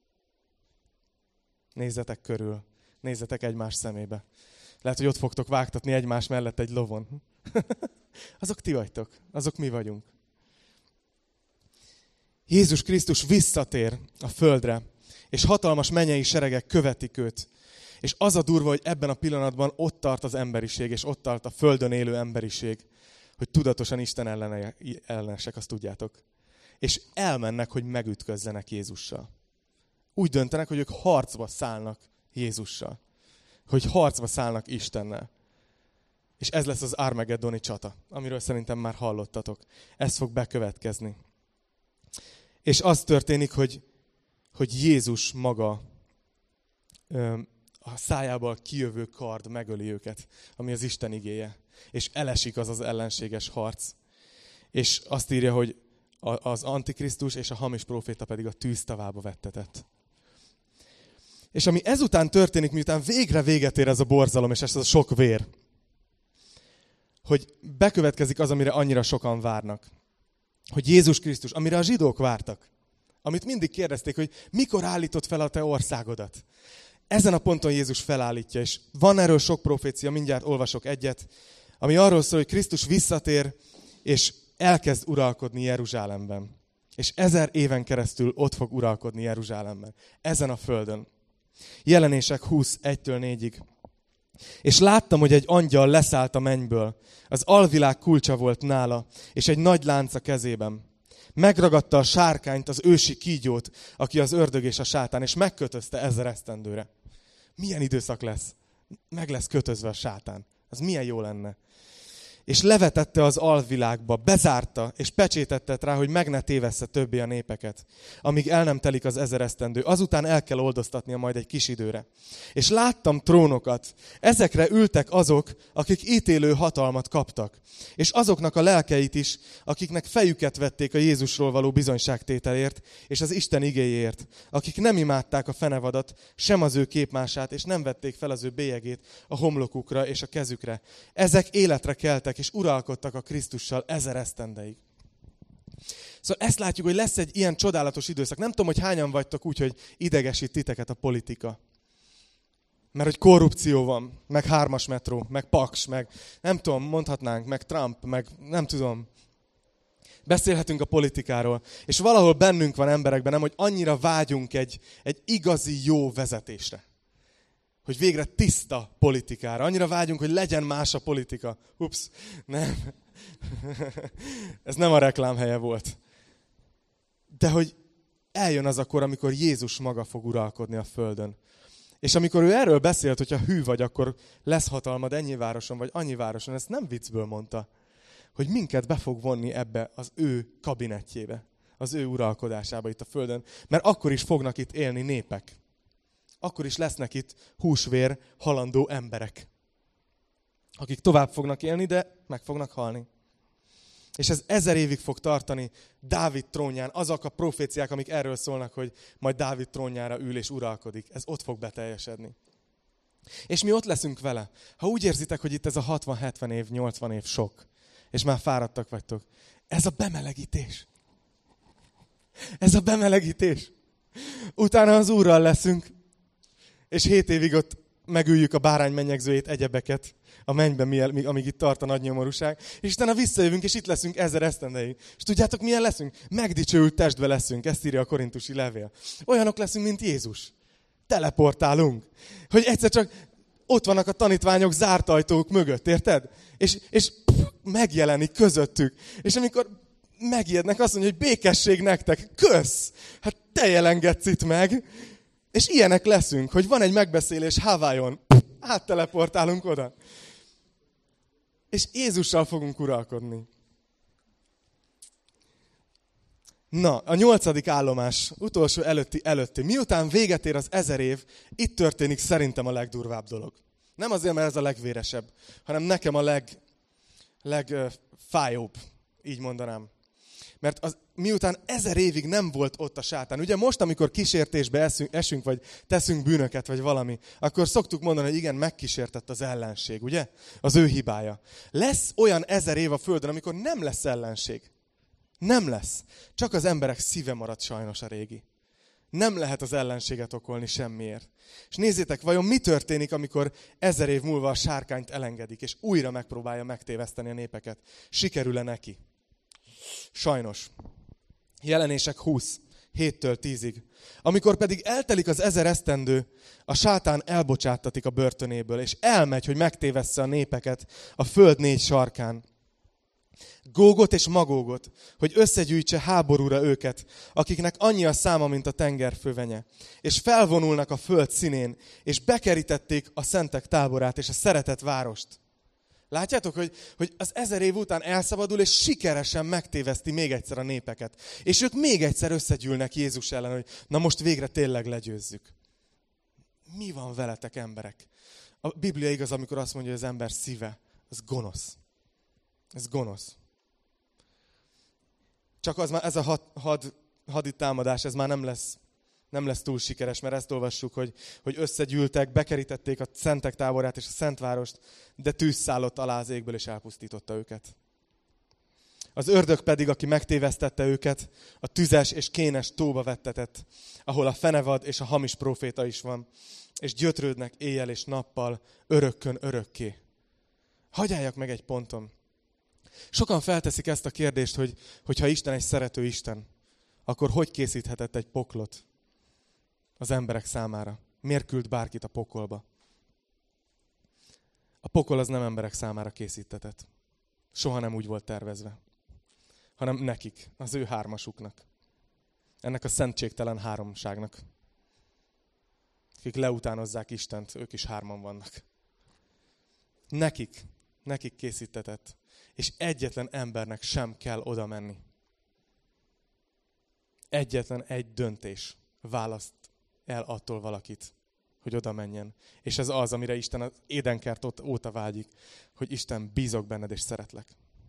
Nézzetek körül, nézzetek egymás szemébe. Lehet, hogy ott fogtok vágtatni egymás mellett egy lovon. Azok ti vagytok, azok mi vagyunk. Jézus Krisztus visszatér a földre, és hatalmas mennyei seregek követik őt. És az a durva, hogy ebben a pillanatban ott tart az emberiség, és ott tart a földön élő emberiség, hogy tudatosan Isten ellene, ellenesek, azt tudjátok. És elmennek, hogy megütközzenek Jézussal. Úgy döntenek, hogy ők harcba szállnak Jézussal. Hogy harcba szállnak Istennel. És ez lesz az Armageddoni csata, amiről szerintem már hallottatok. Ez fog bekövetkezni. És az történik, hogy, hogy Jézus maga ö, a szájából kijövő kard megöli őket, ami az Isten igéje. És elesik az az ellenséges harc. És azt írja, hogy az Antikrisztus és a hamis próféta pedig a tűztavába vettetett. És ami ezután történik, miután végre véget ér ez a borzalom, és ez a sok vér, hogy bekövetkezik az, amire annyira sokan várnak. Hogy Jézus Krisztus, amire a zsidók vártak, amit mindig kérdezték, hogy mikor állított fel a te országodat. Ezen a ponton Jézus felállítja, és van erről sok profécia, mindjárt olvasok egyet, ami arról szól, hogy Krisztus visszatér, és elkezd uralkodni Jeruzsálemben. És ezer éven keresztül ott fog uralkodni Jeruzsálemben. Ezen a földön. Jelenések húsz, egytől négyig. És láttam, hogy egy angyal leszállt a mennyből. Az alvilág kulcsa volt nála, és egy nagy lánc a kezében. Megragadta a sárkányt, az ősi kígyót, aki az ördög és a sátán, és megkötözte ezer esztendőre. Milyen időszak lesz? Meg lesz kötözve a sátán. Az milyen jó lenne. És levetette az alvilágba, bezárta, és pecsétettet rá, hogy meg ne tévessze többé a népeket, amíg el nem telik az ezer esztendő. Azután el kell oldoztatnia majd egy kis időre. És láttam trónokat. Ezekre ültek azok, akik ítélő hatalmat kaptak. És azoknak a lelkeit is, akiknek fejüket vették a Jézusról való bizonyságtételért, és az Isten igéjéért, akik nem imádták a fenevadat, sem az ő képmását, és nem vették fel az ő bélyegét a homlokukra és a kezükre. Ezek életre keltek, és uralkodtak a Krisztussal ezer esztendeig. Szóval ezt látjuk, hogy lesz egy ilyen csodálatos időszak. Nem tudom, hogy hányan vagytok úgy, hogy idegesít titeket a politika. Mert hogy korrupció van, meg hármas metró, meg Paks, meg nem tudom, mondhatnánk, meg Trump, meg nem tudom. Beszélhetünk a politikáról. És valahol bennünk van emberekben, nem, hogy annyira vágyunk egy, egy igazi jó vezetésre. Hogy végre tiszta politikára. Annyira vágyunk, hogy legyen más a politika. Ups, nem. Ez nem a reklám helye volt. De hogy eljön az a kor, amikor Jézus maga fog uralkodni a földön. És amikor ő erről beszélt, hogyha hű vagy, akkor lesz hatalmad ennyi városon, vagy annyi városon, ezt nem viccből mondta, hogy minket be fog vonni ebbe az ő kabinetjébe, az ő uralkodásába itt a földön. Mert akkor is fognak itt élni népek. Akkor is lesznek itt húsvér, halandó emberek, akik tovább fognak élni, de meg fognak halni. És ez ezer évig fog tartani Dávid trónján. Azok a proféciák, amik erről szólnak, hogy majd Dávid trónjára ül és uralkodik. Ez ott fog beteljesedni. És mi ott leszünk vele. Ha úgy érzitek, hogy itt ez a hatvan-hetven év, nyolcvan év sok, és már fáradtak vagytok, ez a bemelegítés. Ez a bemelegítés. Utána az Úrral leszünk, és hét évig ott megüljük a bárány mennyegzőjét, egyebeket a mennyben, amíg itt tart a nagy nyomorúság. És utána visszajövünk, és itt leszünk ezer esztendeig. És tudjátok, milyen leszünk? Megdicsőült testbe leszünk, ezt írja a korintusi levél. Olyanok leszünk, mint Jézus. Teleportálunk. Hogy egyszer csak ott vannak a tanítványok zárt ajtók mögött, érted? És, és pff, megjelenik közöttük. És amikor megijednek, azt mondja, hogy békesség nektek, kösz! Hát te jelengedsz itt meg. És ilyenek leszünk, hogy van egy megbeszélés Hawaiion, átteleportálunk oda. És Jézussal fogunk uralkodni. Na, a nyolcadik állomás, utolsó előtti előtti. Miután véget ér az ezer év, itt történik szerintem a legdurvább dolog. Nem azért, mert ez a legvéresebb, hanem nekem a leg, legfájóbb, így mondanám. Mert az, miután ezer évig nem volt ott a sátán. Ugye most, amikor kísértésbe eszünk, esünk, vagy teszünk bűnöket, vagy valami, akkor szoktuk mondani, hogy igen, megkísértett az ellenség, ugye? Az ő hibája. Lesz olyan ezer év a Földön, amikor nem lesz ellenség. Nem lesz. Csak az emberek szíve marad sajnos a régi. Nem lehet az ellenséget okolni semmiért. És nézzétek, vajon mi történik, amikor ezer év múlva a sárkányt elengedik, és újra megpróbálja megtéveszteni a népeket? Sikerül-e neki? Sajnos. Jelenések húsz, héttől tízig. Amikor pedig eltelik az ezer esztendő, a sátán elbocsáttatik a börtönéből, és elmegy, hogy megtévessze a népeket a föld négy sarkán. Gógot és Magógot, hogy összegyűjtse háborúra őket, akiknek annyi a száma, mint a tenger fővenye. És felvonulnak a föld színén, és bekerítették a szentek táborát és a szeretett várost. Látjátok, hogy, hogy az ezer év után elszabadul, és sikeresen megtéveszti még egyszer a népeket. És ők még egyszer összegyűlnek Jézus ellen, hogy na most végre tényleg legyőzzük. Mi van veletek, emberek? A Biblia igaz, amikor azt mondja, hogy az ember szíve, az gonosz. Ez gonosz. Csak az már, ez a had, had, hadi támadás, ez már nem lesz, nem lesz túl sikeres, mert ezt olvassuk, hogy, hogy összegyűltek, bekerítették a szentek táborát és a Szentvárost, de tűz szállott alá az égből, és elpusztította őket. Az ördög pedig, aki megtévesztette őket, a tüzes és kénes tóba vettetett, ahol a fenevad és a hamis próféta is van, és gyötrődnek éjjel és nappal, örökkön örökké. Hagyjáljak meg egy ponton. Sokan felteszik ezt a kérdést, hogy hogyha Isten egy szerető Isten, akkor hogy készíthetett egy poklot az emberek számára? Miért küld bárkit a pokolba? A pokol az nem emberek számára készítetett. Soha nem úgy volt tervezve, hanem nekik, az ő hármasuknak. Ennek a szentségtelen háromságnak. Akik leutánozzák Istent, ők is hárman vannak. Nekik, nekik készítetett. És egyetlen embernek sem kell oda menni. Egyetlen egy döntés választ el attól valakit, hogy oda menjen. És ez az, amire Isten az édenkert óta vágyik, hogy Isten, bízok benned és szeretlek.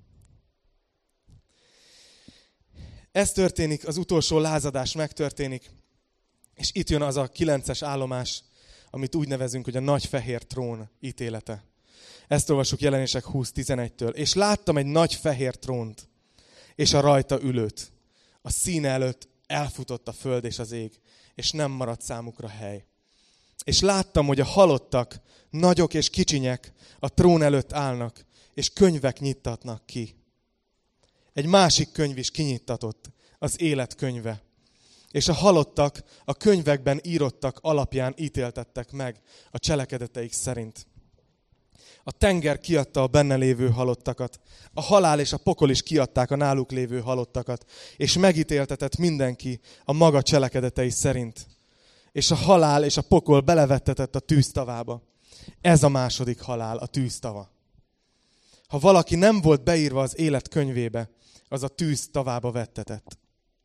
Ez történik, az utolsó lázadás megtörténik, és itt jön az a kilences állomás, amit úgy nevezünk, hogy a nagy fehér trón ítélete. Ezt olvassuk Jelenések húsz tizenegytől. És láttam egy nagy fehér trónt, és a rajta ülőt. A színe előtt elfutott a föld és az ég, és nem maradt számukra hely. És láttam, hogy a halottak, nagyok és kicsinyek a trón előtt állnak, és könyvek nyittatnak ki. Egy másik könyv is kinyittatott, az élet könyve. És a halottak a könyvekben írottak alapján ítéltettek meg a cselekedeteik szerint. A tenger kiadta a benne lévő halottakat, a halál és a pokol is kiadták a náluk lévő halottakat, és megítéltetett mindenki a maga cselekedetei szerint. És a halál és a pokol belevettetett a tűztavába. Ez a második halál, a tűztava. Ha valaki nem volt beírva az élet könyvébe, az a tűztavába vettetett.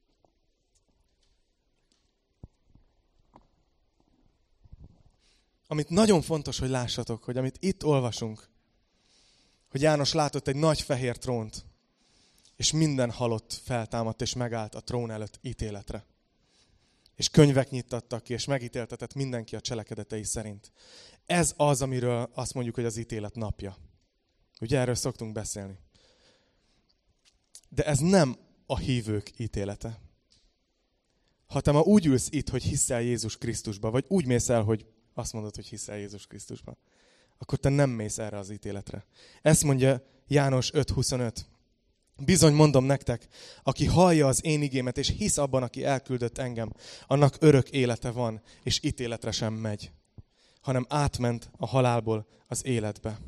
Amit nagyon fontos, hogy lássatok, hogy amit itt olvasunk, hogy János látott egy nagy fehér trónt, és minden halott feltámadt és megállt a trón előtt ítéletre. És könyvek nyittattak ki, és megítéltetett mindenki a cselekedetei szerint. Ez az, amiről azt mondjuk, hogy az ítélet napja. Ugye erről szoktunk beszélni. De ez nem a hívők ítélete. Ha te ma úgy ülsz itt, hogy hiszel Jézus Krisztusba, vagy úgy mész el, hogy azt mondod, hogy hiszel Jézus Krisztusba, akkor te nem mész erre az ítéletre. Ezt mondja János öt huszonöt. Bizony mondom nektek, aki hallja az én igémet, és hisz abban, aki elküldött engem, annak örök élete van, és ítéletre sem megy, hanem átment a halálból az életbe.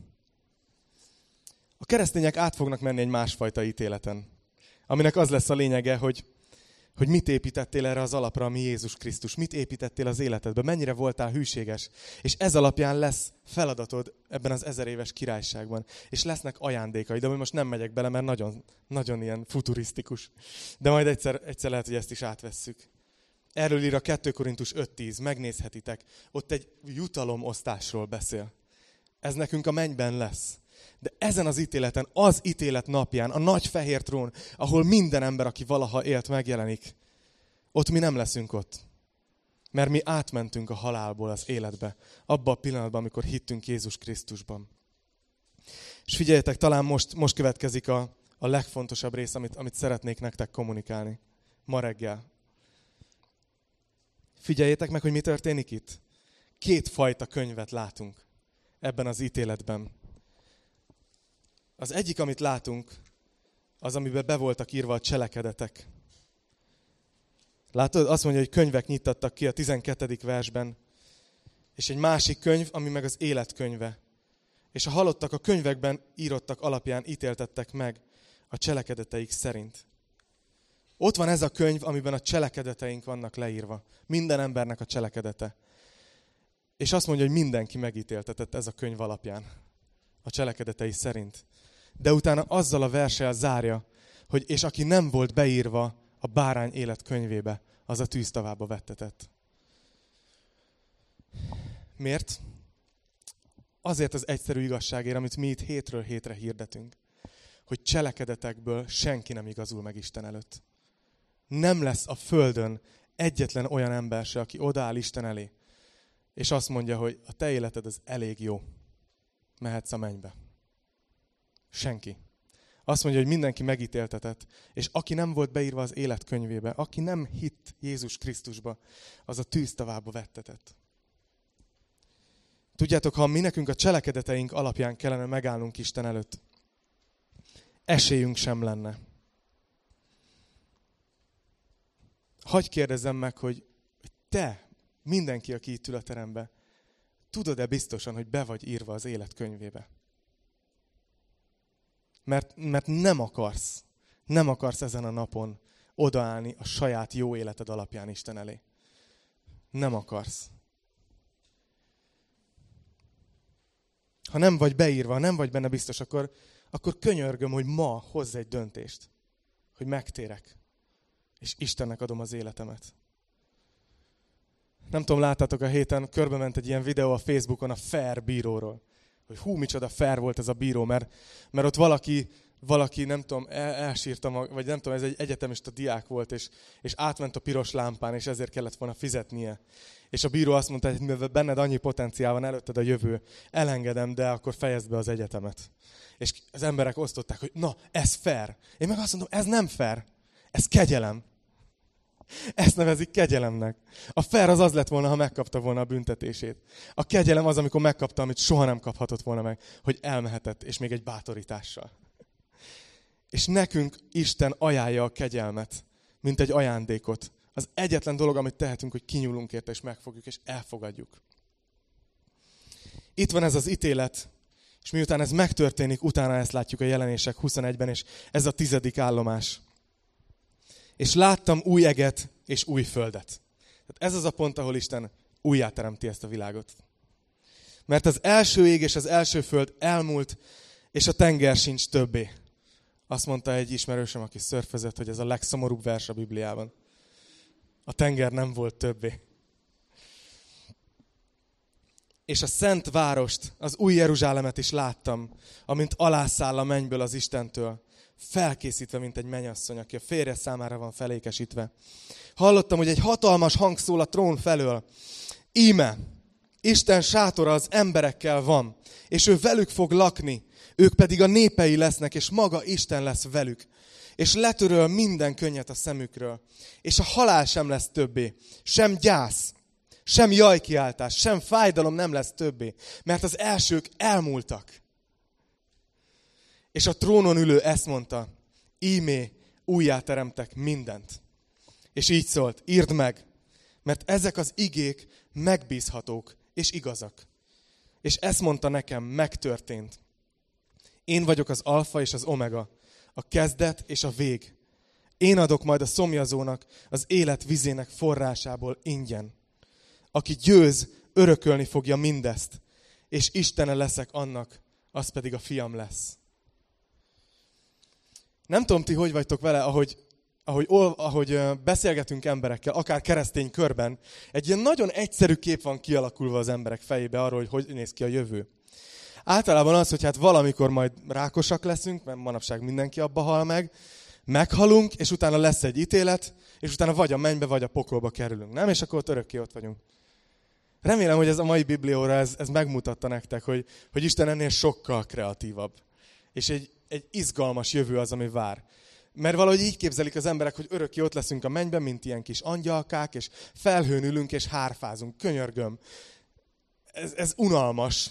A keresztények át fognak menni egy másfajta ítéleten, aminek az lesz a lényege, hogy hogy mit építettél erre az alapra, ami Jézus Krisztus. Mit építettél az életedbe, mennyire voltál hűséges. És ez alapján lesz feladatod ebben az ezer éves királyságban. És lesznek ajándékai, de most nem megyek bele, mert nagyon, nagyon ilyen futurisztikus. De majd egyszer, egyszer lehet, hogy ezt is átvesszük. Erről ír a kettő Korintus öt tíz, megnézhetitek. Ott egy jutalomosztásról beszél. Ez nekünk a mennyben lesz. De ezen az ítéleten, az ítélet napján, a nagy fehér trón, ahol minden ember, aki valaha élt, megjelenik, ott mi nem leszünk ott. Mert mi átmentünk a halálból az életbe, abba a pillanatban, amikor hittünk Jézus Krisztusban. És figyeljetek, talán most, most következik a, a legfontosabb rész, amit, amit szeretnék nektek kommunikálni. Ma reggel. Figyeljétek meg, hogy mi történik itt. Két fajta könyvet látunk ebben az ítéletben. Az egyik, amit látunk, az, amiben be voltak írva a cselekedetek. Látod? Azt mondja, hogy könyvek nyittattak ki a tizenkettedik versben. És egy másik könyv, ami meg az életkönyve. És a halottak a könyvekben írottak alapján ítéltettek meg a cselekedeteik szerint. Ott van ez a könyv, amiben a cselekedeteink vannak leírva. Minden embernek a cselekedete. És azt mondja, hogy mindenki megítéltetett ez a könyv alapján. A cselekedetei szerint. De utána azzal a verssel zárja, hogy és aki nem volt beírva a bárány élet könyvébe, az a tűztavába vettetett. Miért? Azért az egyszerű igazságért, amit mi itt hétről hétre hirdetünk. Hogy cselekedetekből senki nem igazul meg Isten előtt. Nem lesz a földön egyetlen olyan ember se, aki odaáll Isten elé, és azt mondja, hogy a te életed az elég jó. Mehetsz a mennybe. Senki. Azt mondja, hogy mindenki megítéltetett, és aki nem volt beírva az életkönyvébe, aki nem hitt Jézus Krisztusba, az a tűztavába vettetett. Tudjátok, ha mi nekünk a cselekedeteink alapján kellene megállnunk Isten előtt, esélyünk sem lenne. Hagy kérdezzem meg, hogy te, mindenki, aki itt ül a terembe, tudod-e biztosan, hogy be vagy írva az életkönyvébe? Mert, mert nem akarsz, nem akarsz ezen a napon odaállni a saját jó életed alapján Isten elé. Nem akarsz. Ha nem vagy beírva, nem vagy benne biztos, akkor, akkor könyörgöm, hogy ma hozz egy döntést, hogy megtérek, és Istennek adom az életemet. Nem tudom, láttátok, a héten körbe ment egy ilyen videó a Facebookon a fair bíróról. Hogy hú, micsoda fair volt ez a bíró, mert, mert ott valaki, valaki, nem tudom, el, elsírta, vagy nem tudom, ez egy egyetemista diák volt, és, és átment a piros lámpán, és ezért kellett volna fizetnie. És a bíró azt mondta, hogy mivel benned annyi potenciál van, előtted a jövő, elengedem, de akkor fejezd be az egyetemet. És az emberek osztották, hogy na, ez fair. Én meg azt mondom, ez nem fair, ez kegyelem. Ezt nevezik kegyelemnek. A fair az az lett volna, ha megkapta volna a büntetését. A kegyelem az, amikor megkapta, amit soha nem kaphatott volna meg, hogy elmehetett, és még egy bátorítással. És nekünk Isten ajánlja a kegyelmet, mint egy ajándékot. Az egyetlen dolog, amit tehetünk, hogy kinyúlunk érte, és megfogjuk, és elfogadjuk. Itt van ez az ítélet, és miután ez megtörténik, utána ezt látjuk a Jelenések huszonegyben, és ez a tizedik állomás. És láttam új eget és új földet. Tehát ez az a pont, ahol Isten újjáteremti ezt a világot. Mert az első ég és az első föld elmúlt, és a tenger sincs többé. Azt mondta egy ismerősöm, aki szörfözött, hogy ez a legszomorúbb vers a Bibliában. A tenger nem volt többé. És a szent várost, az új Jeruzsálemet is láttam, amint alászáll a mennyből az Istentől, felkészítve, mint egy mennyasszony, aki a férje számára van felékesítve. Hallottam, hogy egy hatalmas hang szól a trón felől. Íme, Isten sátora az emberekkel van, és ő velük fog lakni, ők pedig a népei lesznek, és maga Isten lesz velük. És letöröl minden könnyet a szemükről. És a halál sem lesz többé, sem gyász, sem jajkiáltás, sem fájdalom nem lesz többé, mert az elsők elmúltak. És a trónon ülő ezt mondta, ímé, újjáteremtek mindent. És így szólt, írd meg, mert ezek az igék megbízhatók és igazak. És ezt mondta nekem, megtörtént. Én vagyok az alfa és az omega, a kezdet és a vég. Én adok majd a szomjazónak az élet vizének forrásából ingyen. Aki győz, örökölni fogja mindezt, és Istene leszek annak, az pedig a fiam lesz. Nem tudom, ti hogy vagytok vele, ahogy, ahogy, ahogy beszélgetünk emberekkel, akár keresztény körben, egy ilyen nagyon egyszerű kép van kialakulva az emberek fejébe arról, hogy hogy néz ki a jövő. Általában az, hogy hát valamikor majd rákosak leszünk, mert manapság mindenki abba hal meg, meghalunk, és utána lesz egy ítélet, és utána vagy a mennybe, vagy a pokolba kerülünk, nem? És akkor ott örökké ott vagyunk. Remélem, hogy ez a mai Biblióra ez, ez megmutatta nektek, hogy, hogy Isten ennél sokkal kreatívabb. És egy, egy izgalmas jövő az, ami vár. Mert valahogy így képzelik az emberek, hogy örökké ott leszünk a mennyben, mint ilyen kis angyalkák, és felhőn ülünk, és hárfázunk. Könyörgöm. Ez, ez unalmas.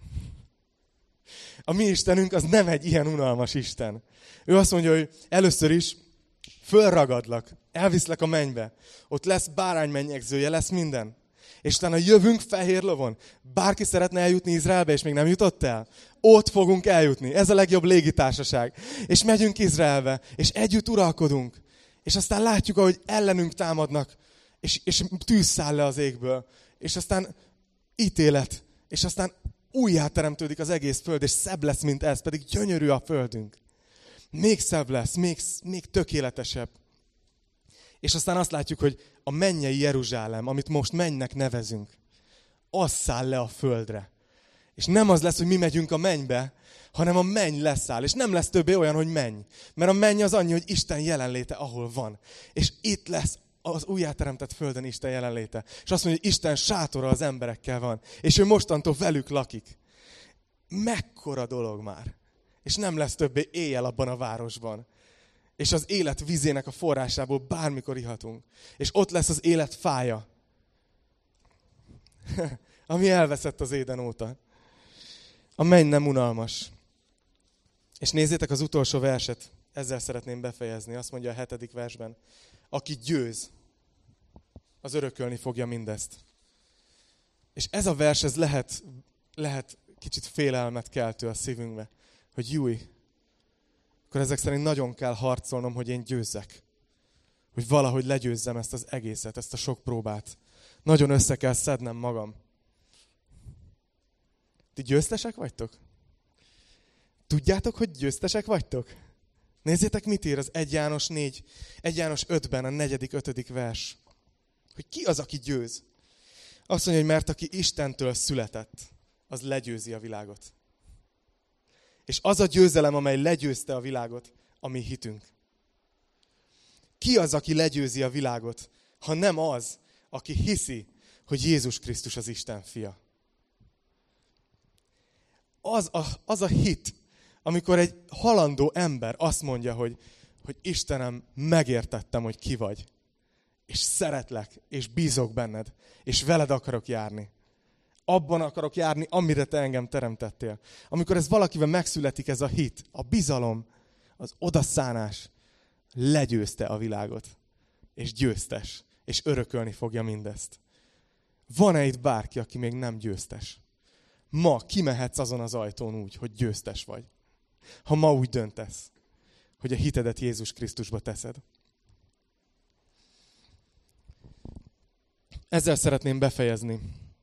A mi Istenünk az nem egy ilyen unalmas Isten. Ő azt mondja, hogy először is fölragadlak. Elviszlek a mennybe. Ott lesz báránymennyegzője, lesz minden. És utána jövünk fehér lovon. Bárki szeretne eljutni Izraelbe, és még nem jutott el? Ott fogunk eljutni. Ez a legjobb légitársaság. És megyünk Izraelbe, és együtt uralkodunk. És aztán látjuk, ahogy ellenünk támadnak, és, és tűz száll le az égből. És aztán ítélet. És aztán újjáteremtődik az egész föld, és szebb lesz, mint ez, pedig gyönyörű a földünk. Még szebb lesz, még, még tökéletesebb. És aztán azt látjuk, hogy a mennyei Jeruzsálem, amit most mennynek nevezünk, az száll le a földre. És nem az lesz, hogy mi megyünk a mennybe, hanem a menny leszáll. És nem lesz többé olyan, hogy menny. Mert a menny az annyi, hogy Isten jelenléte, ahol van. És itt lesz az újjáteremtett földön Isten jelenléte. És azt mondja, hogy Isten sátora az emberekkel van. És ő mostantól velük lakik. Mekkora dolog már. És nem lesz többé éjjel abban a városban. És az élet vizének a forrásából bármikor ihatunk. És ott lesz az élet fája. Ami elveszett az Éden óta. A menny nem unalmas. És nézzétek az utolsó verset. Ezzel szeretném befejezni. Azt mondja a hetedik versben. Aki győz, az örökölni fogja mindezt. És ez a vers, ez lehet, lehet kicsit félelmet keltő a szívünkbe. Hogy júj, akkor ezek szerint nagyon kell harcolnom, hogy én győzzek. Hogy valahogy legyőzzem ezt az egészet, ezt a sok próbát. Nagyon össze kell szednem magam. Ti győztesek vagytok? Tudjátok, hogy győztesek vagytok? Nézzétek, mit ír az egy János négy, egy János ötben a negyedik, ötödik vers. Hogy ki az, aki győz? Azt mondja, hogy mert aki Istentől született, az legyőzi a világot. És az a győzelem, amely legyőzte a világot, a mi hitünk. Ki az, aki legyőzi a világot, ha nem az, aki hiszi, hogy Jézus Krisztus az Isten fia? Az a, az a hit, amikor egy halandó ember azt mondja, hogy, hogy Istenem, megértettem, hogy ki vagy. És szeretlek, és bízok benned, és veled akarok járni. Abban akarok járni, amire te engem teremtettél. Amikor ez valakivel megszületik, ez a hit, a bizalom, az odaszánás, legyőzte a világot. És győztes. És örökölni fogja mindezt. Van-e itt bárki, aki még nem győztes? Ma kimehetsz azon az ajtón úgy, hogy győztes vagy. Ha ma úgy döntesz, hogy a hitedet Jézus Krisztusba teszed. Ezzel szeretném befejezni.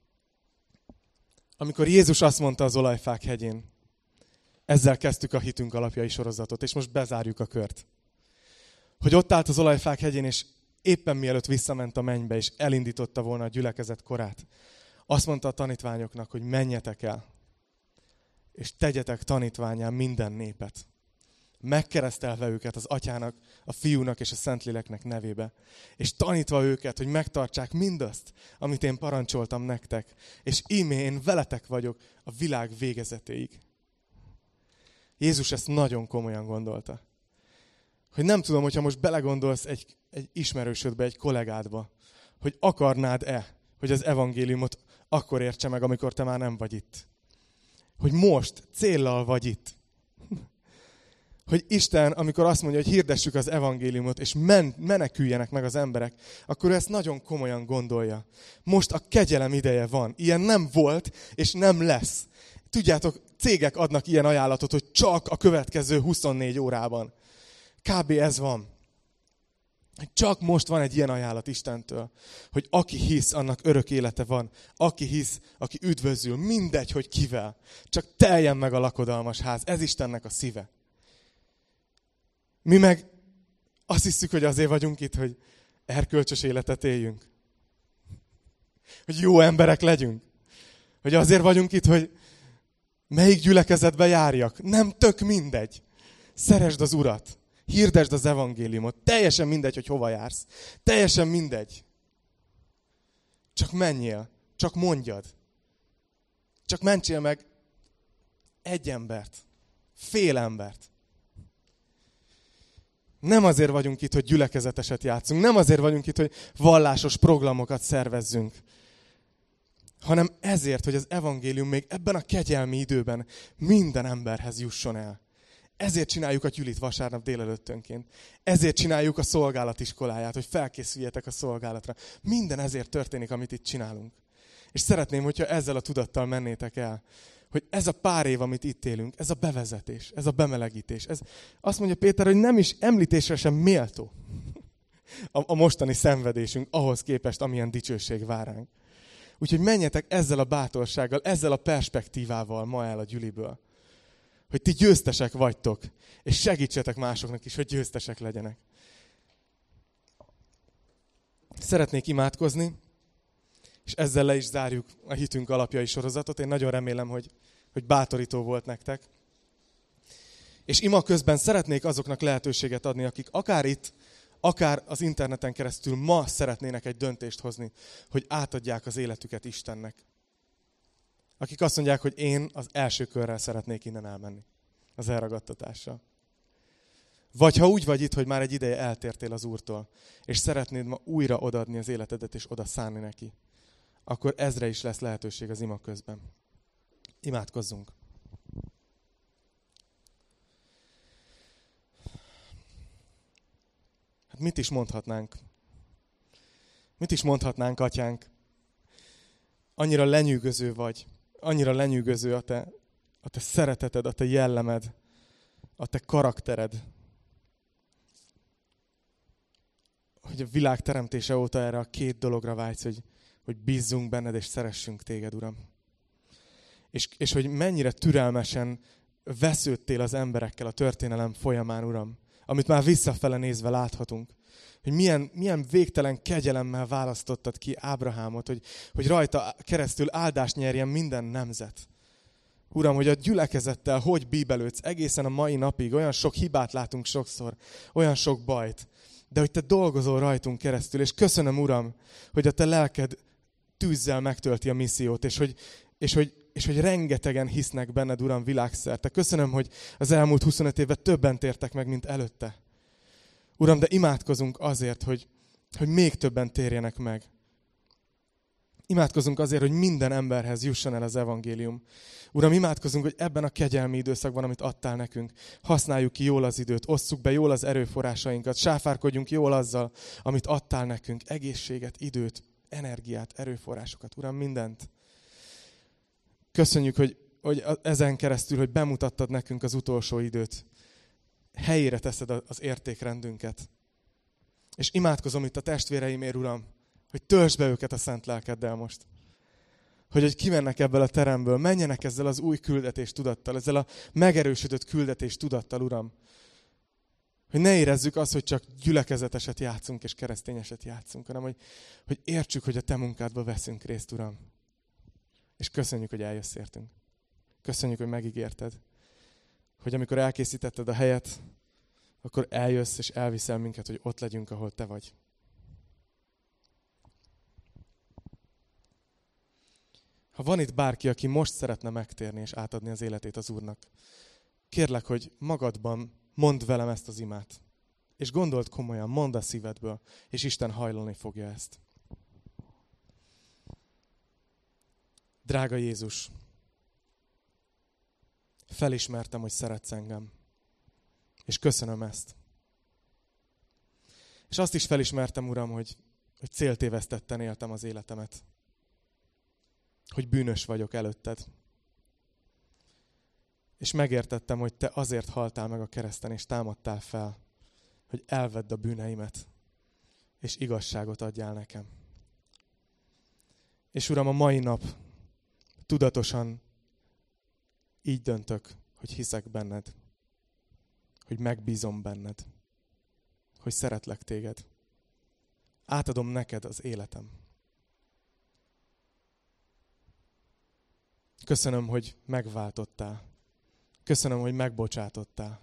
Amikor Jézus azt mondta az Olajfák hegyén, ezzel kezdtük a hitünk alapjai sorozatot, és most bezárjuk a kört. Hogy ott állt az Olajfák hegyén, és éppen mielőtt visszament a mennybe, és elindította volna a gyülekezet korát, azt mondta a tanítványoknak, hogy menjetek el, és tegyetek tanítvánnyá minden népet. Megkeresztelve őket az Atyának, a Fiúnak és a Szentléleknek nevébe. És tanítva őket, hogy megtartsák mindazt, amit én parancsoltam nektek. És íme én veletek vagyok a világ végezetéig. Jézus ezt nagyon komolyan gondolta. Hogy nem tudom, hogyha most belegondolsz egy, egy ismerősödbe, egy kollégádba, hogy akarnád-e, hogy az evangéliumot akkor értse meg, amikor te már nem vagy itt. Hogy most céllal vagy itt. Hogy Isten, amikor azt mondja, hogy hirdessük az evangéliumot, és men, meneküljenek meg az emberek, akkor ő ezt nagyon komolyan gondolja. Most a kegyelem ideje van. Ilyen nem volt, és nem lesz. Tudjátok, cégek adnak ilyen ajánlatot, hogy csak a következő huszonnégy órában. Kb. Ez van. Csak most van egy ilyen ajánlat Istentől, hogy aki hisz, annak örök élete van. Aki hisz, aki üdvözül, mindegy, hogy kivel. Csak teljen meg a lakodalmas ház. Ez Istennek a szíve. Mi meg azt hiszük, hogy azért vagyunk itt, hogy erkölcsös életet éljünk. Hogy jó emberek legyünk. Hogy azért vagyunk itt, hogy melyik gyülekezetbe járjak. Nem, tök mindegy. Szeresd az Urat. Hirdesd az evangéliumot. Teljesen mindegy, hogy hova jársz. Teljesen mindegy. Csak menjél. Csak mondjad. Csak mentsél meg egy embert. Fél embert. Nem azért vagyunk itt, hogy gyülekezeteset játszunk. Nem azért vagyunk itt, hogy vallásos programokat szervezzünk. Hanem ezért, hogy az evangélium még ebben a kegyelmi időben minden emberhez jusson el. Ezért csináljuk a gyülit vasárnap délelőttönként. Ezért csináljuk a szolgálatiskoláját, hogy felkészüljetek a szolgálatra. Minden ezért történik, amit itt csinálunk. És szeretném, hogyha ezzel a tudattal mennétek el, hogy ez a pár év, amit itt élünk, ez a bevezetés, ez a bemelegítés. Ez, azt mondja Péter, hogy nem is említésre sem méltó a, a mostani szenvedésünk ahhoz képest, amilyen dicsőség vár ránk. Úgyhogy menjetek ezzel a bátorsággal, ezzel a perspektívával ma el a gyüliből. Hogy ti győztesek vagytok, és segítsetek másoknak is, hogy győztesek legyenek. Szeretnék imádkozni, és ezzel le is zárjuk a hitünk alapjai sorozatot. Én nagyon remélem, hogy, hogy bátorító volt nektek. És ima közben szeretnék azoknak lehetőséget adni, akik akár itt, akár az interneten keresztül ma szeretnének egy döntést hozni, hogy átadják az életüket Istennek. Akik azt mondják, hogy én az első körrel szeretnék innen elmenni. Az elragadtatással. Vagy ha úgy vagy itt, hogy már egy ideje eltértél az Úrtól, és szeretnéd ma újra odaadni az életedet, és oda szánni neki, akkor ezre is lesz lehetőség az ima közben. Imádkozzunk. Hát mit is mondhatnánk? Mit is mondhatnánk, Atyánk? Annyira lenyűgöző vagy. Annyira lenyűgöző a te, a te szereteted, a te jellemed, a te karaktered. Hogy a világ teremtése óta erre a két dologra vágysz, hogy, hogy bízzunk benned és szeressünk téged, Uram. És, és hogy mennyire türelmesen vesződtél az emberekkel a történelem folyamán, Uram. Amit már visszafele nézve láthatunk. Hogy milyen, milyen végtelen kegyelemmel választottad ki Ábrahámot, hogy, hogy rajta keresztül áldást nyerjen minden nemzet. Uram, hogy a gyülekezettel hogy bíbelődsz egészen a mai napig, olyan sok hibát látunk sokszor, olyan sok bajt, de hogy te dolgozol rajtunk keresztül, és köszönöm, Uram, hogy a te lelked tűzzel megtölti a missziót, és hogy, és hogy, és hogy rengetegen hisznek benned, Uram, világszerte. Köszönöm, hogy az elmúlt huszonöt évben többen tértek meg, mint előtte. Uram, de imádkozunk azért, hogy, hogy még többen térjenek meg. Imádkozunk azért, hogy minden emberhez jusson el az evangélium. Uram, imádkozunk, hogy ebben a kegyelmi időszakban, amit adtál nekünk, használjuk ki jól az időt, osszuk be jól az erőforrásainkat, sáfárkodjunk jól azzal, amit adtál nekünk, egészséget, időt, energiát, erőforrásokat. Uram, mindent. Köszönjük, hogy, hogy ezen keresztül, hogy bemutattad nekünk az utolsó időt. Helyére teszed az értékrendünket. És imádkozom itt a testvéreimért, Uram, hogy töltsd be őket a szent lelkeddel most. Hogy, hogy kimennek ebből a teremből, menjenek ezzel az új küldetés tudattal, ezzel a megerősödött küldetés tudattal, Uram. Hogy ne érezzük azt, hogy csak gyülekezeteset játszunk és keresztényeset játszunk, hanem hogy, hogy értsük, hogy a te munkádba veszünk részt, Uram. És köszönjük, hogy eljössz értünk. Köszönjük, hogy megígérted, hogy amikor elkészítetted a helyet, akkor eljössz és elviszel minket, hogy ott legyünk, ahol te vagy. Ha van itt bárki, aki most szeretne megtérni és átadni az életét az Úrnak, kérlek, hogy magadban mondd velem ezt az imát. És gondold komolyan, mondd a szívedből, és Isten hajlani fogja ezt. Drága Jézus, felismertem, hogy szeretsz engem. És köszönöm ezt. És azt is felismertem, Uram, hogy, hogy céltévesztetten éltem az életemet. Hogy bűnös vagyok előtted. És megértettem, hogy te azért haltál meg a kereszten, és támadtál fel, hogy elvedd a bűneimet, és igazságot adjál nekem. És Uram, a mai nap tudatosan így döntök, hogy hiszek benned, hogy megbízom benned, hogy szeretlek téged. Átadom neked az életem. Köszönöm, hogy megváltottál. Köszönöm, hogy megbocsátottál.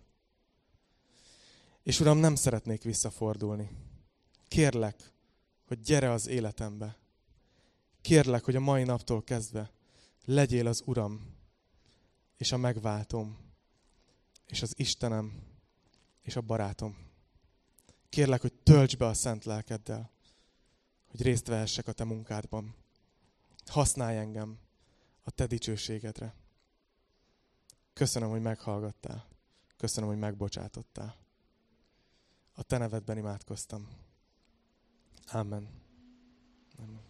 És Uram, nem szeretnék visszafordulni. Kérlek, hogy gyere az életembe. Kérlek, hogy a mai naptól kezdve legyél az Uram, és a megváltom, és az Istenem, és a barátom. Kérlek, hogy töltsd be a szent lelkeddel, hogy részt vehessek a te munkádban. Használj engem a te dicsőségedre. Köszönöm, hogy meghallgattál. Köszönöm, hogy megbocsátottál. A te nevedben imádkoztam. Amen. Amen.